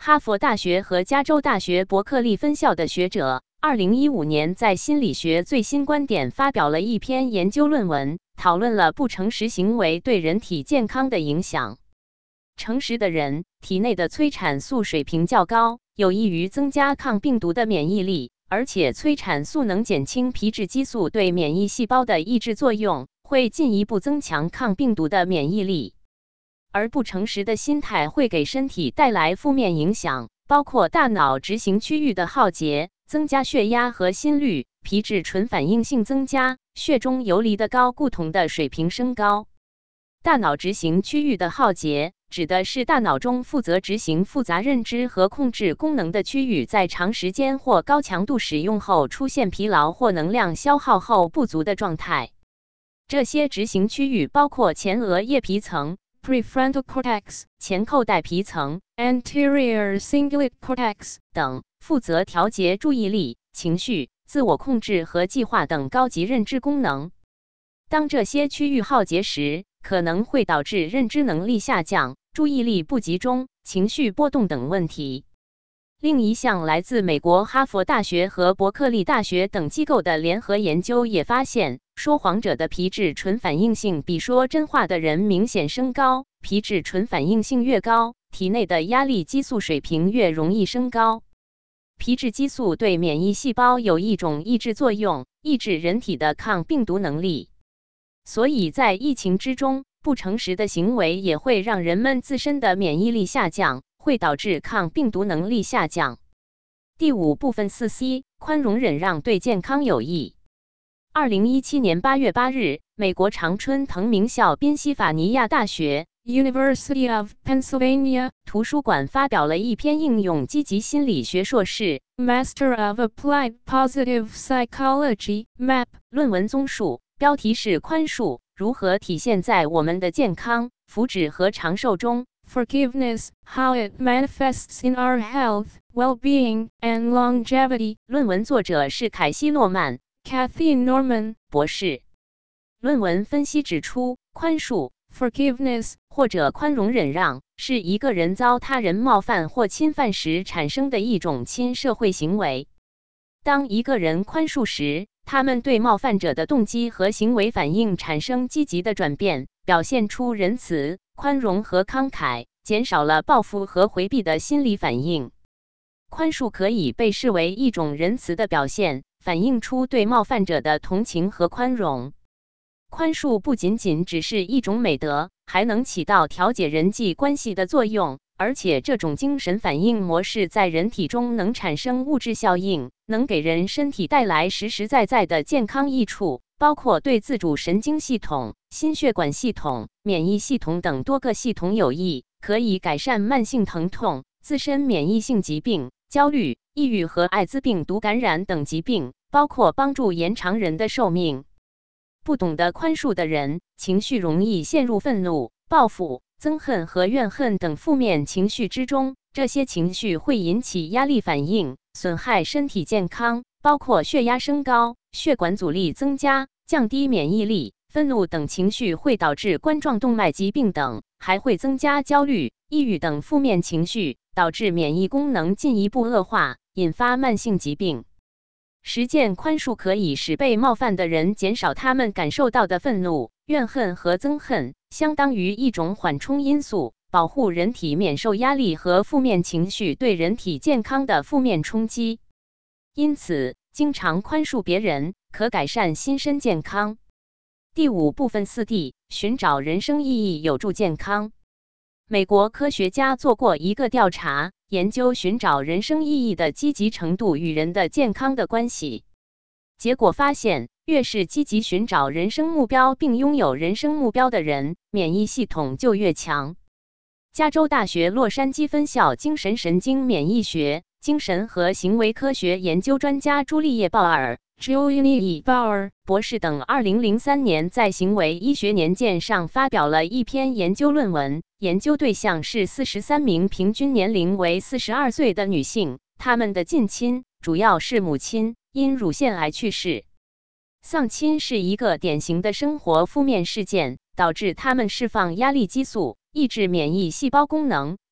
哈佛大学和加州大学伯克利分校的学者2015年在心理学最新观点发表了一篇研究论文，讨论了不诚实行为对人体健康的影响。诚实的人体内的催产素水平较高，有益于增加抗病毒的免疫力，而且催产素能减轻皮质激素对免疫细胞的抑制作用，会进一步增强抗病毒的免疫力。而不诚实的心态会给身体带来负面影响，包括大脑执行区域的耗竭，增加血压和心率，皮质醇反应性增加，血中游离的高固酮的水平升高。大脑执行区域的耗竭指的是大脑中负责执行复杂认知和控制功能的区域在长时间或高强度使用后出现疲劳或能量消耗后不足的状态。这些执行区域包括前额叶皮层 prefrontal cortex, 前扣带皮层 anterior cingulate cortex 等，负责调节注意力、情绪、自我控制和计划等高级认知功能。当这些区域耗竭时，可能会导致认知能力下降、注意力不集中、情绪波动等问题。另一项来自美国哈佛大学和伯克利大学等机构的联合研究也发现，说谎者的皮质醇反应性比说真话的人明显升高，皮质醇反应性越高，体内的压力激素水平越容易升高。皮质激素对免疫细胞有一种抑制作用，抑制人体的抗病毒能力。所以在疫情之中，不诚实的行为也会让人们自身的免疫力下降，会导致抗病毒能力下降。第5部分 4C 宽容忍让对健康有益。2017年8月8日，美国常春藤名校宾夕法尼亚大学 University of Pennsylvania 图书馆发表了一篇应用积极心理学硕士 Master of Applied Positive Psychology MAP 论文综述，标题是宽恕如何体现在我们的健康、福祉和长寿中。 Forgiveness, how it manifests in our health, well-being, and longevity. 论文作者是凯西·诺曼 Kathy Norman 博士。论文分析指出，宽恕 forgiveness 或者宽容忍让是一个人遭他人冒犯或侵犯时产生的一种亲社会行为。当一个人宽恕时，他们对冒犯者的动机和行为反应产生积极的转变，表现出仁慈、宽容和慷慨，减少了报复和回避的心理反应。宽恕可以被视为一种仁慈的表现，反映出对冒犯者的同情和宽容。宽恕不仅仅只是一种美德，还能起到调节人际关系的作用，而且这种精神反应模式在人体中能产生物质效应，能给人身体带来实实在在的健康益处，包括对自主神经系统、心血管系统、免疫系统等多个系统有益，可以改善慢性疼痛、自身免疫性疾病、焦虑、抑郁和艾滋病毒感染等疾病，包括帮助延长人的寿命。不懂得宽恕的人，情绪容易陷入愤怒、报复、憎恨和怨恨等负面情绪之中，这些情绪会引起压力反应，损害身体健康，包括血压升高、血管阻力增加、降低免疫力。愤怒等情绪会导致冠状动脉疾病等，还会增加焦虑、抑郁等负面情绪，导致免疫功能进一步恶化，引发慢性疾病。实践宽恕可以使被冒犯的人减少他们感受到的愤怒、怨恨和憎恨，相当于一种缓冲因素，保护人体免受压力和负面情绪对人体健康的负面冲击。因此，经常宽恕别人，可改善心身健康。第5部分 4D 寻找人生意义有助健康。美国科学家做过一个调查，研究寻找人生意义的积极程度与人的健康的关系。结果发现，越是积极寻找人生目标并拥有人生目标的人，免疫系统就越强。加州大学洛杉矶分校精神神经免疫学、精神和行为科学研究专家朱丽叶·鲍尔 Julian Bauer 博士等2003年在行为医学年鉴上发表了一篇研究论文，研究对象是43名平均年龄为42岁的女性，她们的近亲，主要是母亲，因乳腺癌去世。丧亲是一个典型的生活负面事件，导致她们释放压力激素，抑制免疫细胞功能，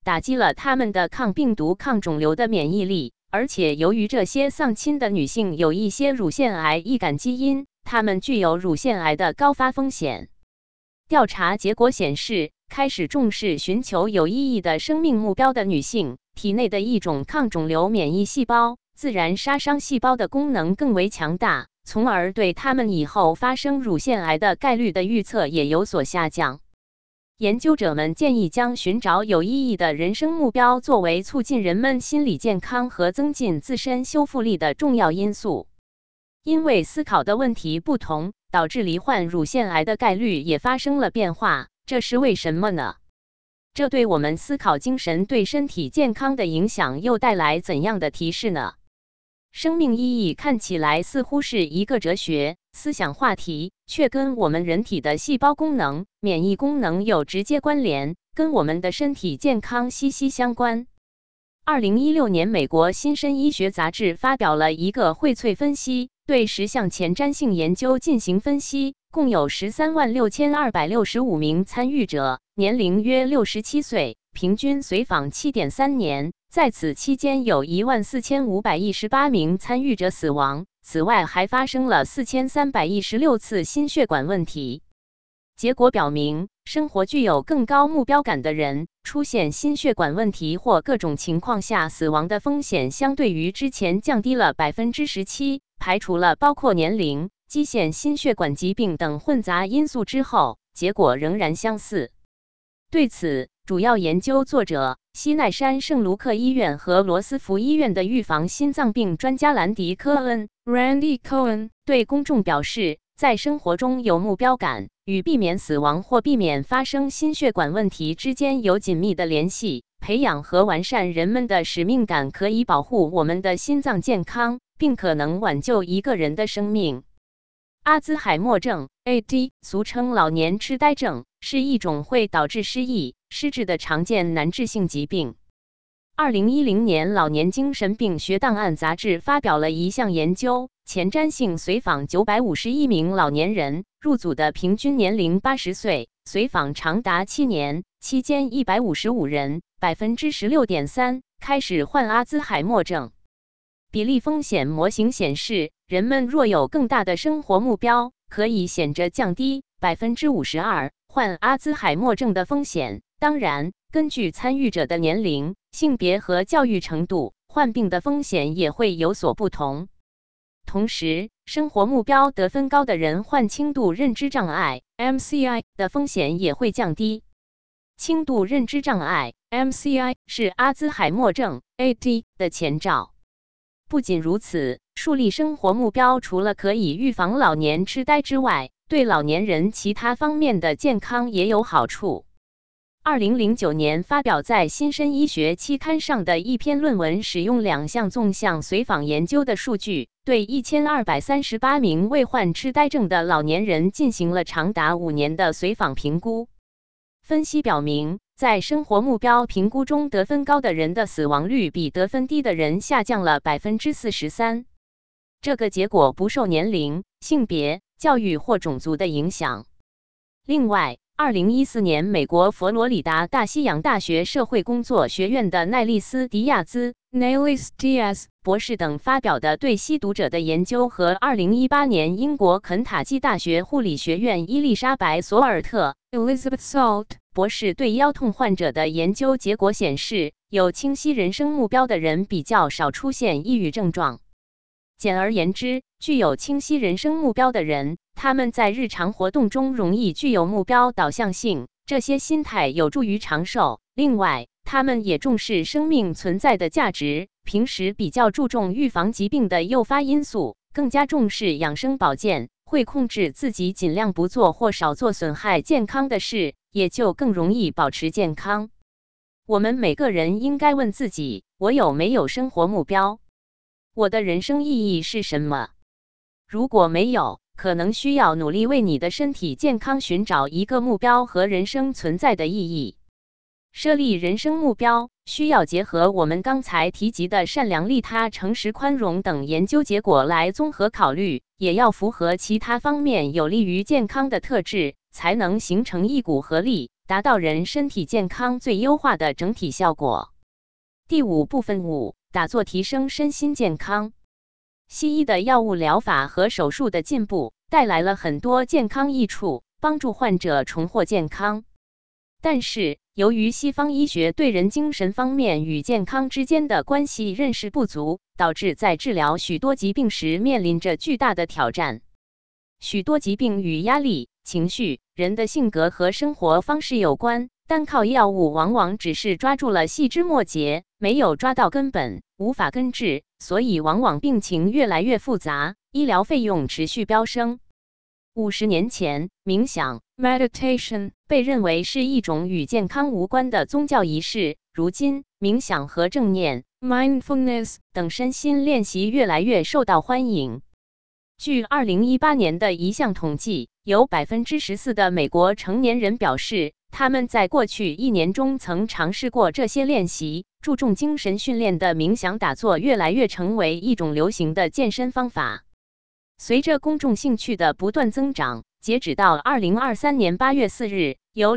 打击了他们的抗病毒、抗肿瘤的免疫力。而且，由于这些丧亲的女性有一些乳腺癌易感基因，她们具有乳腺癌的高发风险。调查结果显示，开始重视寻求有意义的生命目标的女性，体内的一种抗肿瘤免疫细胞——自然杀伤细胞的功能更为强大，从而对她们以后发生乳腺癌的概率的预测也有所下降。研究者们建议将寻找有意义的人生目标作为促进人们心理健康和增进自身修复力的重要因素。因为思考的问题不同，导致罹患乳腺癌的概率也发生了变化，这是为什么呢？这对我们思考精神对身体健康的影响又带来怎样的提示呢？生命意义看起来似乎是一个哲学思想话题，却跟我们人体的细胞功能、免疫功能有直接关联，跟我们的身体健康息息相关。2016年，美国新生医学杂志发表了一个荟萃分析，对10项前瞻性研究进行分析，共有136265名参与者，年龄约67岁，平均随访7.3年。在此期间，有14518名参与者死亡。此外，还发生了4316次心血管问题。结果表明，生活具有更高目标感的人，出现心血管问题或各种情况下死亡的风险，相对于之前降低了17%。排除了包括年龄、基线心血管疾病等混杂因素之后，结果仍然相似。对此，主要研究作者、西奈山圣卢克医院和罗斯福医院的预防心脏病专家兰迪·科恩 Randy Cohen 对公众表示，在生活中有目标感与避免死亡或避免发生心血管问题之间有紧密的联系。培养和完善人们的使命感可以保护我们的心脏健康，并可能挽救一个人的生命。阿兹海默症 （AD） 俗称老年痴呆症，是一种会导致失忆、失智的常见难治性疾病。2010年，老年精神病学档案杂志发表了一项研究，前瞻性随访951名老年人，入组的平均年龄80岁，随访长达7年，期间155人，16.3%开始患阿兹海默症。比例风险模型显示，人们若有更大的生活目标，可以显着降低52%患阿兹海默症的风险。当然，根据参与者的年龄、性别和教育程度，患病的风险也会有所不同。同时，生活目标得分高的人患轻度认知障碍 （MCI） 的风险也会降低。轻度认知障碍 （MCI） 是阿兹海默症 （AD） 的前兆。不仅如此，树立生活目标除了可以预防老年痴呆之外，对老年人其他方面的健康也有好处。2009年发表在《新生医学》期刊上的一篇论文，使用2项纵向随访研究的数据，对1238名未患痴呆症的老年人进行了长达5年的随访评估。分析表明，在生活目标评估中得分高的人的死亡率比得分低的人下降了43%。这个结果不受年龄、性别、教育或种族的影响。另外，2014年，美国佛罗里达大西洋大学社会工作学院的奈丽丝·迪亚兹 Naylis Diaz 博士等发表的对吸毒者的研究和2018年英国肯塔基大学护理学院伊丽莎白·索尔特 Elizabeth Salt 博士对腰痛患者的研究结果显示，有清晰人生目标的人比较少出现抑郁症状。简而言之，具有清晰人生目标的人，他们在日常活动中容易具有目标导向性，这些心态有助于长寿。另外，他们也重视生命存在的价值，平时比较注重预防疾病的诱发因素，更加重视养生保健，会控制自己尽量不做或少做损害健康的事，也就更容易保持健康。我们每个人应该问自己，我有没有生活目标？我的人生意义是什么？如果没有，可能需要努力为你的身体健康寻找一个目标和人生存在的意义。设立人生目标需要结合我们刚才提及的善良、利他、诚实、宽容等研究结果来综合考虑，也要符合其他方面有利于健康的特质，才能形成一股合力， 达到人身体健康最优化的整体效果。第5部分5，打坐提升身心健康。西医的药物疗法和手术的进步带来了很多健康益处，帮助患者重获健康。但是，由于西方医学对人精神方面与健康之间的关系认识不足，导致在治疗许多疾病时面临着巨大的挑战。许多疾病与压力、情绪、人的性格和生活方式有关，单靠药物往往只是抓住了细枝末节，没有抓到根本，无法根治，所以往往病情越来越复杂，医疗费用持续飙升。50年前，冥想 （meditation） 被认为是一种与健康无关的宗教仪式，如今，冥想和正念 （mindfulness） 等身心练习越来越受到欢迎。据2018年的一项统计，有14%的美国成年人表示，他们在过去1年中曾尝试过这些练习。注重精神训练的冥想打坐越来越成为一种流行的健身方法。随着公众兴趣的不断增长，截止到2023年8月4日，有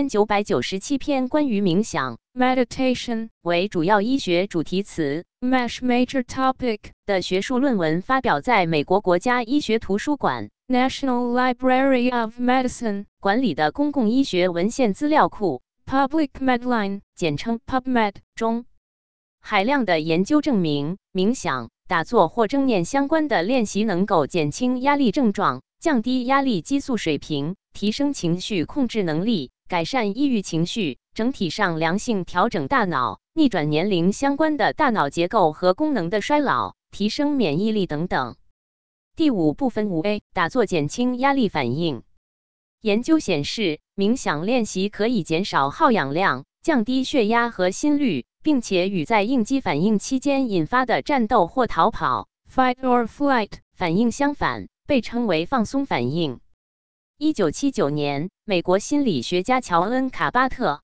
2997篇关于冥想 （meditation） 为主要医学主题词 （MASH major topic） 的学术论文发表在美国国家医学图书馆 （National Library of Medicine） 管理的公共医学文献资料库 （Public Medline） 简称 PubMed 中。海量的研究证明，冥想、打坐或正念相关的练习能够减轻压力症状，降低压力激素水平，提升情绪控制能力，改善抑郁情绪，整体上良性调整大脑，逆转年龄相关的大脑结构和功能的衰老，提升免疫力等等。第5部分5A， 打坐减轻压力反应。研究显示，冥想练习可以减少耗氧量，降低血压和心率，并且与在应激反应期间引发的战斗或逃跑 （fight or flight） 反应相反，被称为放松反应。1979年，美国心理学家乔恩·卡巴特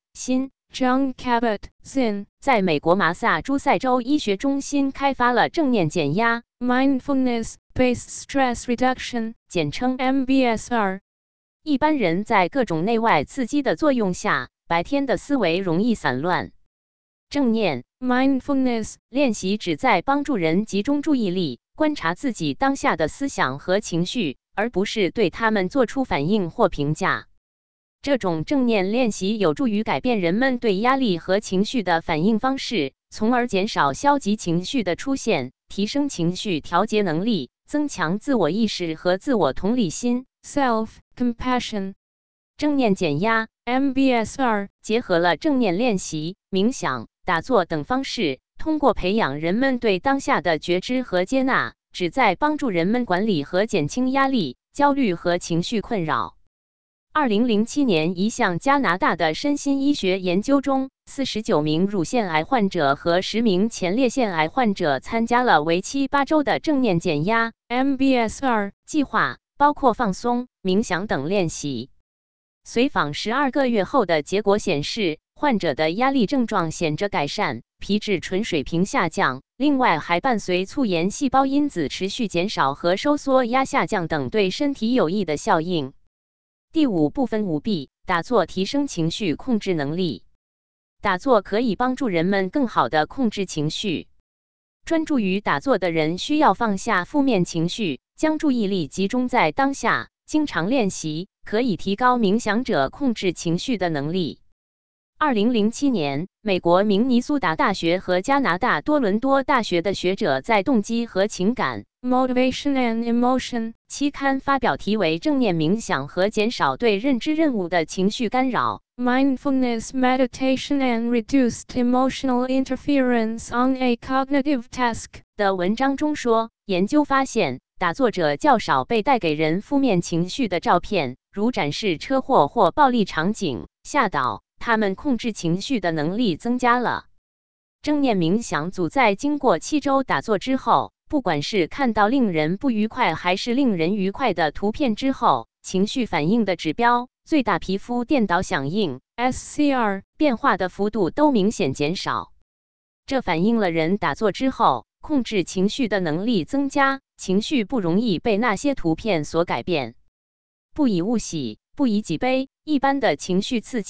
John Cabot 在美国麻萨诸塞州医学中心开发了正念减压 （mindfulness-based stress reduction） 简称 MBSR。 一般人在各种内外刺激的作用下，白天的思维容易散乱。正念 mindfulness 练习旨在帮助人集中注意力，观察自己当下的思想和情绪，而不是对他们做出反应或评价。这种正念练习有助于改变人们对压力和情绪的反应方式，从而减少消极情绪的出现，提升情绪调节能力，增强自我意识和自我同理心 self-compassion。 正念减压 MBSR 结合了正念练习、冥想、打坐等方式，通过培养人们对当下的觉知和接纳，旨在帮助人们管理和减轻压力、焦虑和情绪困扰。2007年一项加拿大的身心医学研究中，49名乳腺癌患者和10名前列腺癌患者参加了为期8周的正念减压 MBSR 计划，包括放松、冥想等练习。随访12个月后的结果显示，患者的压力症状显著改善，皮质醇水平下降，另外还伴随促炎细胞因子持续减少和收缩压下降等对身体有益的效应。第5部分5B， 打坐提升情绪控制能力。打坐可以帮助人们更好地控制情绪。专注于打坐的人需要放下负面情绪，将注意力集中在当下。经常练习可以提高冥想者控制情绪的能力。2007年，美国明尼苏达大学和加拿大多伦多大学的学者在动机和情感 Motivation and Emotion 期刊发表题为正念冥想和减少对认知任务的情绪干扰 Mindfulness Meditation and Reduced Emotional Interference on a Cognitive Task 的文章中说，研究发现打坐者较少被带给人负面情绪的照片，如展示车祸或暴力场景，吓倒，他们控制情绪的能力增加了。正念冥想组在经过7周打坐之后，不管是看到令人不愉快还是令人愉快的图片之后，情绪反应的指标、最大皮肤电导响应 SCR 变化的幅度都明显减少。这反映了人打坐之后控制情绪的能力增加，情绪不容易被那些图片所改变。不以物喜，不以己悲，一般的情绪刺激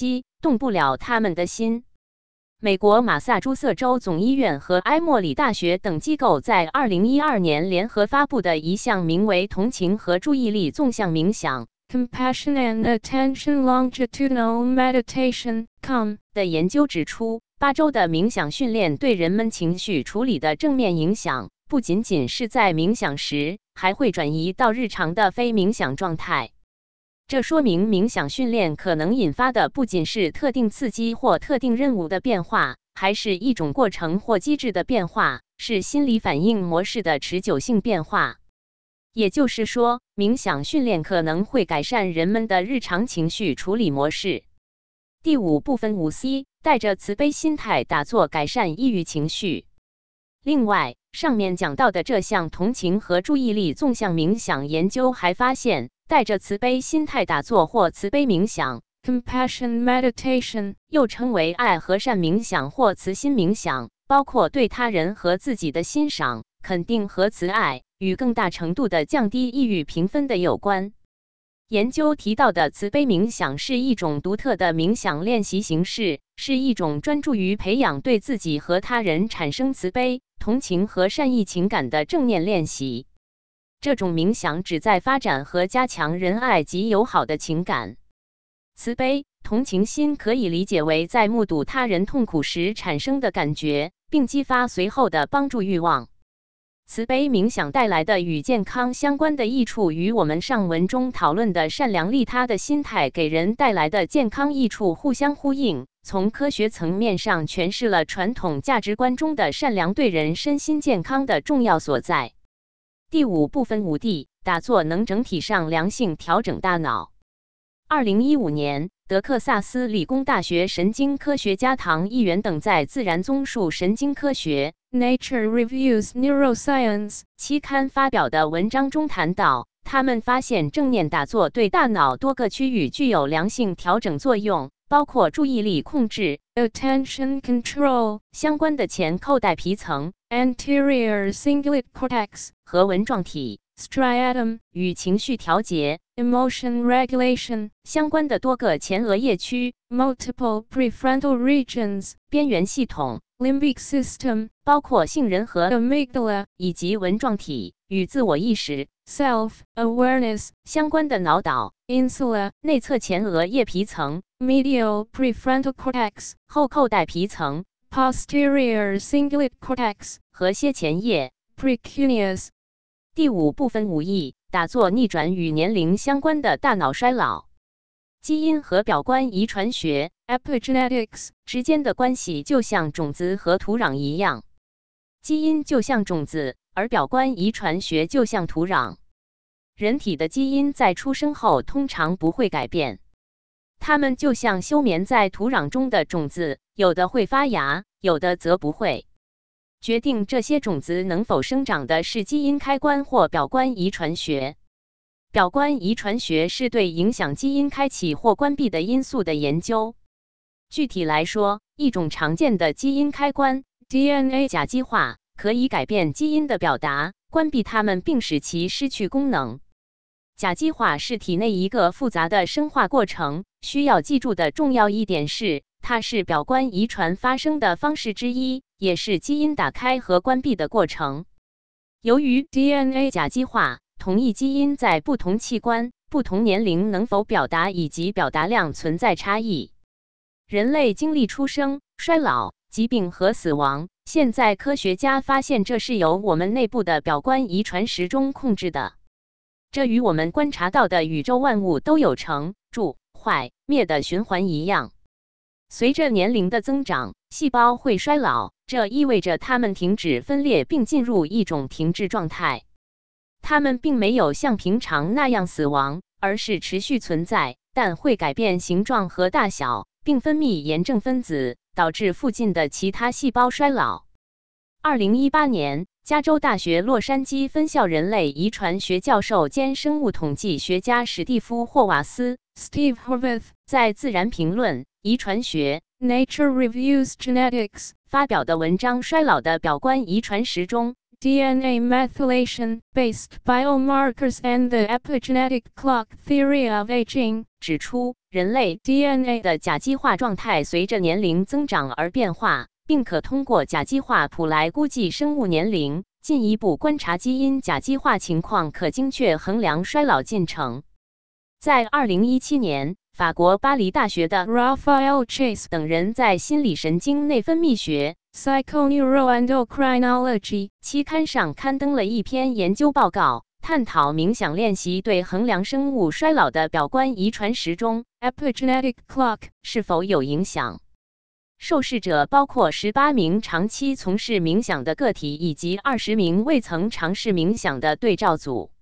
动不了他们的心。美国马萨诸塞州总医院和埃默里大学等机构在2012年联合发布的一项名为同情和注意力纵向冥想 Compassion and Attention Longitudinal Meditation, 的研究指出，8周的冥想训练对人们情绪处理的正面影响，不仅仅是在冥想时，还会转移到日常的非冥想状态。这说明冥想训练可能引发的不仅是特定刺激或特定任务的变化，还是一种过程或机制的变化，是心理反应模式的持久性变化。也就是说，冥想训练可能会改善人们的日常情绪处理模式。第5部分5C， 带着慈悲心态打坐改善抑郁情绪。另外，上面讲到的这项同情和注意力纵向冥想研究还发现，带着慈悲心态打坐或慈悲冥想 Compassion Meditation， 又称为爱和善冥想或慈心冥想，包括对他人和自己的欣赏、肯定和慈爱，与更大程度的降低抑郁评分的有关。研究提到的慈悲冥想是一种独特的冥想练习形式，是一种专注于培养对自己和他人产生慈悲、同情和善意情感的正念练习。这种冥想旨在发展和加强仁爱及友好的情感。慈悲、同情心可以理解为在目睹他人痛苦时产生的感觉，并激发随后的帮助欲望。慈悲冥想带来的与健康相关的益处与我们上文中讨论的善良利他的心态给人带来的健康益处互相呼应，从科学层面上诠释了传统价值观中的善良对人身心健康的重要所在。第5部分5D， 打坐能整体上良性调整大脑。2015年，德克萨斯理工大学神经科学家唐议员等在《自然综述神经科学》 Nature Reviews Neuroscience 期刊发表的文章中谈到，他们发现正念打坐对大脑多个区域具有良性调整作用，包括注意力控制 Attention Control 相关的前扣带皮层 Anterior Cingulate Cortex 和纹状体 Striatum 与情绪调节 Emotion Regulation 相关的多个前额叶区 Multiple Prefrontal Regions 边缘系统 Limbic System 包括杏仁核 Amygdala 以及纹状体与自我意识 Self-Awareness 相关的脑岛 Insula 内侧前额叶皮层 Medial Prefrontal Cortex 后扣带皮层 Posterior Cingulate Cortex 和楔前叶 Precuneus。 第5部分5E， 打坐逆转与年龄相关的大脑衰老。基因和表观遗传学 Epigenetics 之间的关系就像种子和土壤一样，基因就像种子，而表观遗传学就像土壤。人体的基因在出生后通常不会改变，它们就像休眠在土壤中的种子，有的会发芽，有的则不会。决定这些种子能否生长的是基因开关或表观遗传学。表观遗传学是对影响基因开启或关闭的因素的研究。具体来说，一种常见的基因开关 DNA 甲基化可以改变基因的表达，关闭它们并使其失去功能。甲基化是体内一个复杂的生化过程，需要记住的重要一点是，它是表观遗传发生的方式之一，也是基因打开和关闭的过程。由于 DNA 甲基化，同一基因在不同器官、不同年龄能否表达以及表达量存在差异。人类经历出生、衰老、疾病和死亡，现在科学家发现这是由我们内部的表观遗传时钟控制的。这与我们观察到的宇宙万物都有成、住、坏、灭的循环一样。随着年龄的增长，细胞会衰老，这意味着它们停止分裂并进入一种停滞状态。它们并没有像平常那样死亡，而是持续存在，但会改变形状和大小，并分泌炎症分子，导致附近的其他细胞衰老。2018年，加州大学洛杉矶分校人类遗传学教授兼生物统计学家史蒂夫·霍瓦斯 Steve Horvath 在《自然评论》遗传学 Nature Reviews Genetics 发表的文章《衰老的表观遗传时钟》 DNA Methylation-Based Biomarkers and the Epigenetic Clock Theory of Aging 指出， 人类 DNA 的甲基化状态随着年龄增长而变化，并可通过甲基化谱来估计生物年龄。进一步观察基因甲基化情况，可精确衡量衰老进程。在2017年，法国巴黎大学的 Raphael Chase 等人在心理神经内分泌学 Psychoneuroendocrinology 期刊上刊登了一篇研究报告，探讨冥想练习对衡量生物衰老的表观遗传时钟 epigenetic clock 是否有影响。受试者包括18名长期从事冥想的个体以及20名未曾尝试冥想的对照组。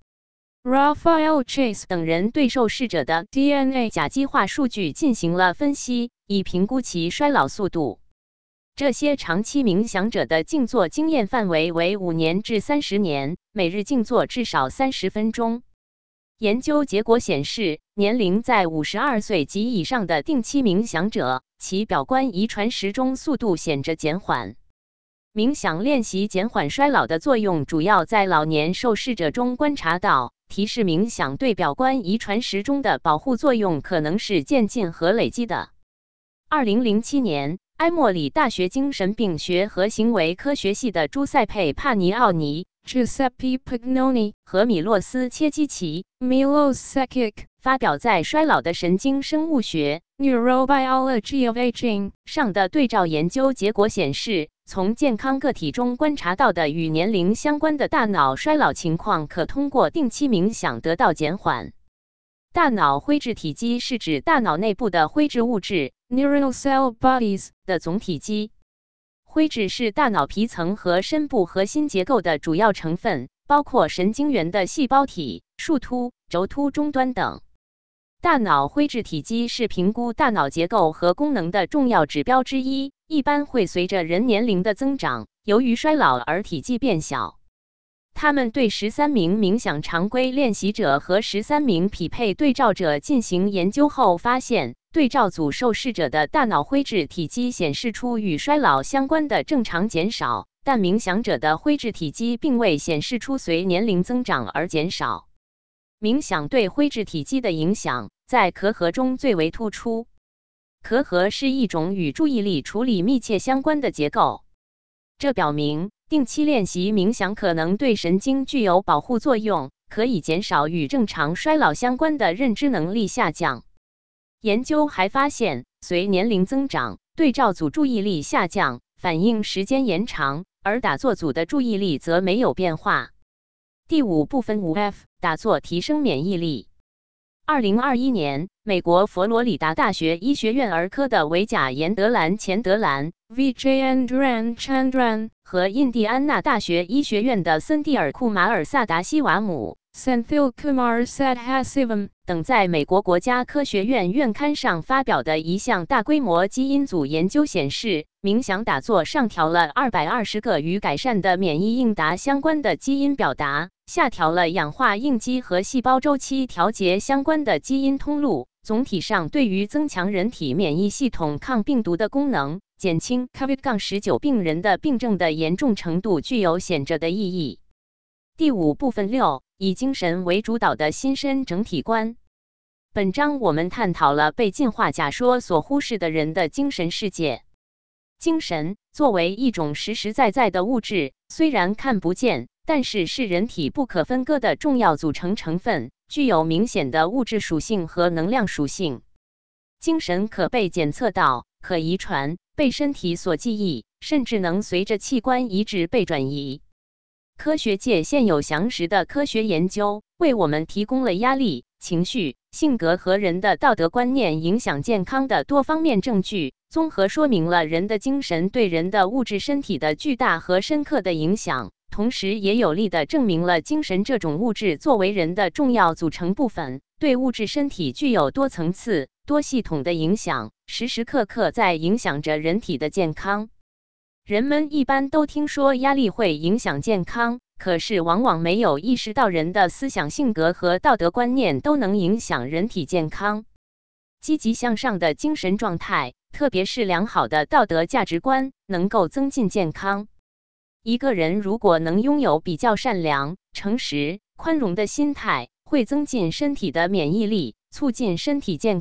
Raphael Chase 等人对受试者的 DNA 甲基化数据进行了分析，以评估其衰老速度。这些长期冥想者的静坐经验范围为5年至30年，每日静坐至少30分钟。研究结果显示，年龄在52岁及以上的定期冥想者，其表观遗传时钟速度显着减缓。冥想练习减缓衰老的作用主要在老年受试者中观察到，提示冥想对表观遗传时钟的保护作用可能是渐进和累积的。2007年，埃默里大学精神病学和行为科学系的朱塞佩·帕尼奥尼 Giuseppe Pagnoni 和米洛斯切基奇 Milos Sekic 发表在《衰老的神经生物学 Neurobiology of Aging 上的对照研究结果显示，从健康个体中观察到的与年龄相关的大脑衰老情况可通过定期冥想得到减缓。大脑灰质体积是指大脑内部的灰质物质 neuronal cell bodies 的总体积。灰质是大脑皮层和深部核心结构的主要成分，包括神经元的细胞体、树突、轴突终端等。大脑灰质体积是评估大脑结构和功能的重要指标之一，一般会随着人年龄的增长，由于衰老而体积变小。他们对13名冥想常规练习者和13名匹配对照者进行研究后发现，对照组受试者的大脑灰质体积显示出与衰老相关的正常减少，但冥想者的灰质体积并未显示出随年龄增长而减少。冥想对灰质体积的影响在壳核中最为突出。壳核是一种与注意力处理密切相关的结构，这表明定期练习冥想可能对神经具有保护作用，可以减少与正常衰老相关的认知能力下降。研究还发现，随年龄增长，对照组注意力下降，反应时间延长，而打坐组的注意力则没有变化。第5部分 5F 打坐提升免疫力。2021年，美国佛罗里达大学医学院儿科的维贾延德兰·钱德兰 Vijayendran Chandran 和印第安纳大学医学院的森蒂尔·库马尔萨达西瓦姆 Senthil Kumar Sadhasivam 等在美国国家科学院院刊上发表的一项大规模基因组研究显示，冥想打坐上调了220个与改善的免疫应答相关的基因表达，下调了氧化应激和细胞周期调节相关的基因通路，总体上对于增强人体免疫系统抗病毒的功能，减轻 COVID-19 病人的病症的严重程度具有显著的意义。第5部分6，以精神为主导的新生整体观。本章我们探讨了被进化假说所忽视的人的精神世界。精神作为一种实实在在的物质，虽然看不见，但是人体不可分割的重要组成成分，具有明显的物质属性和能量属性。精神可被检测到，可遗传，被身体所记忆，甚至能随着器官移植被转移。科学界现有详实的科学研究，为我们提供了压力、情绪、性格和人的道德观念影响健康的多方面证据，综合说明了人的精神对人的物质身体的巨大和深刻的影响，同时也有力地证明了精神这种物质作为人的重要组成部分，对物质身体具有多层次、多系统的影响，时时刻刻在影响着人体的健康。人们一般都听说压力会影响健康，可是往往没有意识到人的思想性格和道德观念都能影响人体健康。积极向上的精神状态，特别是良好的道德价值观，能够增进健康。一个人如果能拥有比较善良、诚实、宽容的心态，会增进身体的免疫力，促进身体健康，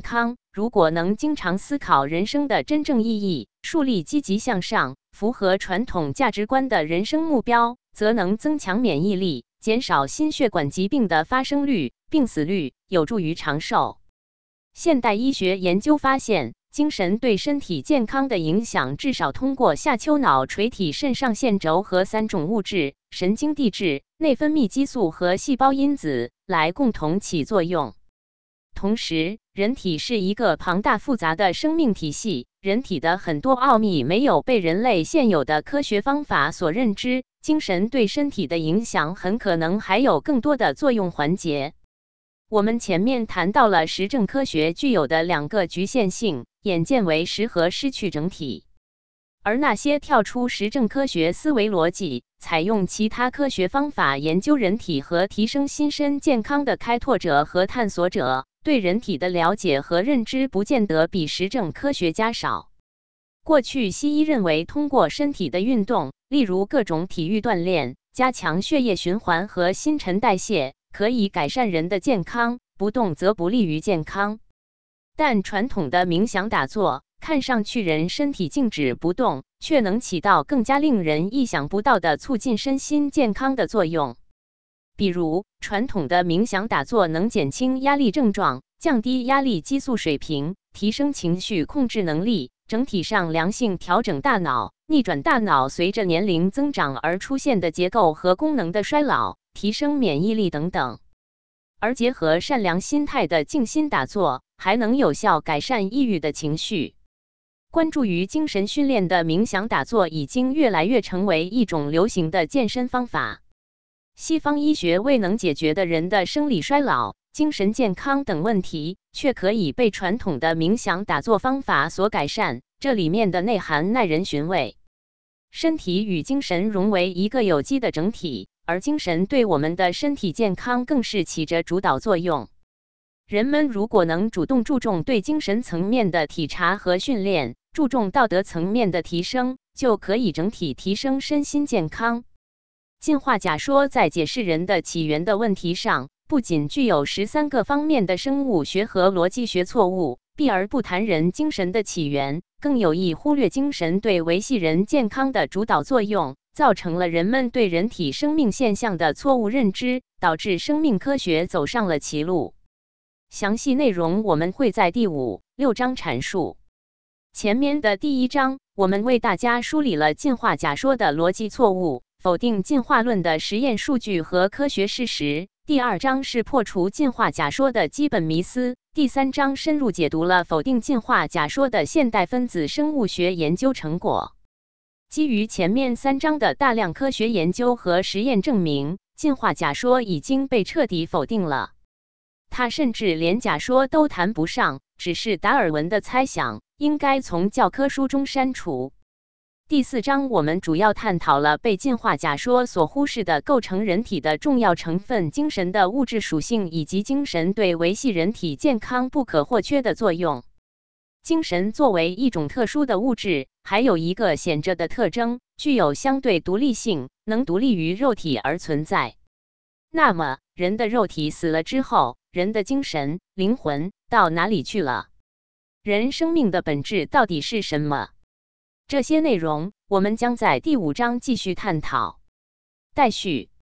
如果能经常思考人生的真正意义，树立积极向上、符合传统价值观的人生目标，则能增强免疫力，减少心血管疾病的发生率、病死率，有助于长寿。现代医学研究发现，精神对身体健康的影响至少通过下丘脑垂体肾上腺轴和3种物质、神经递质、内分泌激素和细胞因子来共同起作用。同时，人体是一个庞大复杂的生命体系，人体的很多奥秘没有被人类现有的科学方法所认知，精神对身体的影响很可能还有更多的作用环节。我们前面谈到了实证科学具有的2个局限性，眼见为实和失去整体。而那些跳出实证科学思维逻辑，采用其他科学方法研究人体和提升心身健康的开拓者和探索者，对人体的了解和认知不见得比实证科学家少。过去西医认为通过身体的运动，例如各种体育锻炼，加强血液循环和新陈代谢，可以改善人的健康，不动则不利于健康。但传统的冥想打坐，看上去人身体静止不动，却能起到更加令人意想不到的促进身心健康的作用。比如，传统的冥想打坐能减轻压力症状，降低压力激素水平，提升情绪控制能力，整体上良性调整大脑，逆转大脑随着年龄增长而出现的结构和功能的衰老，提升免疫力等等。而结合善良心态的静心打坐，还能有效改善抑郁的情绪。关注于精神训练的冥想打坐已经越来越成为一种流行的健身方法。西方医学未能解决的人的生理衰老、精神健康等问题，却可以被传统的冥想打坐方法所改善，这里面的内涵耐人寻味。身体与精神融为一个有机的整体，而精神对我们的身体健康更是起着主导作用。人们如果能主动注重对精神层面的体察和训练，注重道德层面的提升，就可以整体提升身心健康。进化假说在解释人的起源的问题上，不仅具有13个方面的生物学和逻辑学错误，避而不谈人精神的起源，更有意忽略精神对维系人健康的主导作用，造成了人们对人体生命现象的错误认知，导致生命科学走上了歧路。详细内容我们会在第5、6章阐述。前面的第1章，我们为大家梳理了进化假说的逻辑错误，否定进化论的实验数据和科学事实。第2章是破除进化假说的基本迷思。第3章深入解读了否定进化假说的现代分子生物学研究成果。基于前面3章的大量科学研究和实验证明，进化假说已经被彻底否定了。它甚至连假说都谈不上，只是达尔文的猜想，应该从教科书中删除。第4章我们主要探讨了被进化假说所忽视的构成人体的重要成分精神的物质属性，以及精神对维系人体健康不可或缺的作用。精神作为一种特殊的物质，还有一个显著的特征，具有相对独立性，能独立于肉体而存在。那么，人的肉体死了之后，人的精神、灵魂到哪里去了？人生命的本质到底是什么？这些内容，我们将在第5章继续探讨。待续。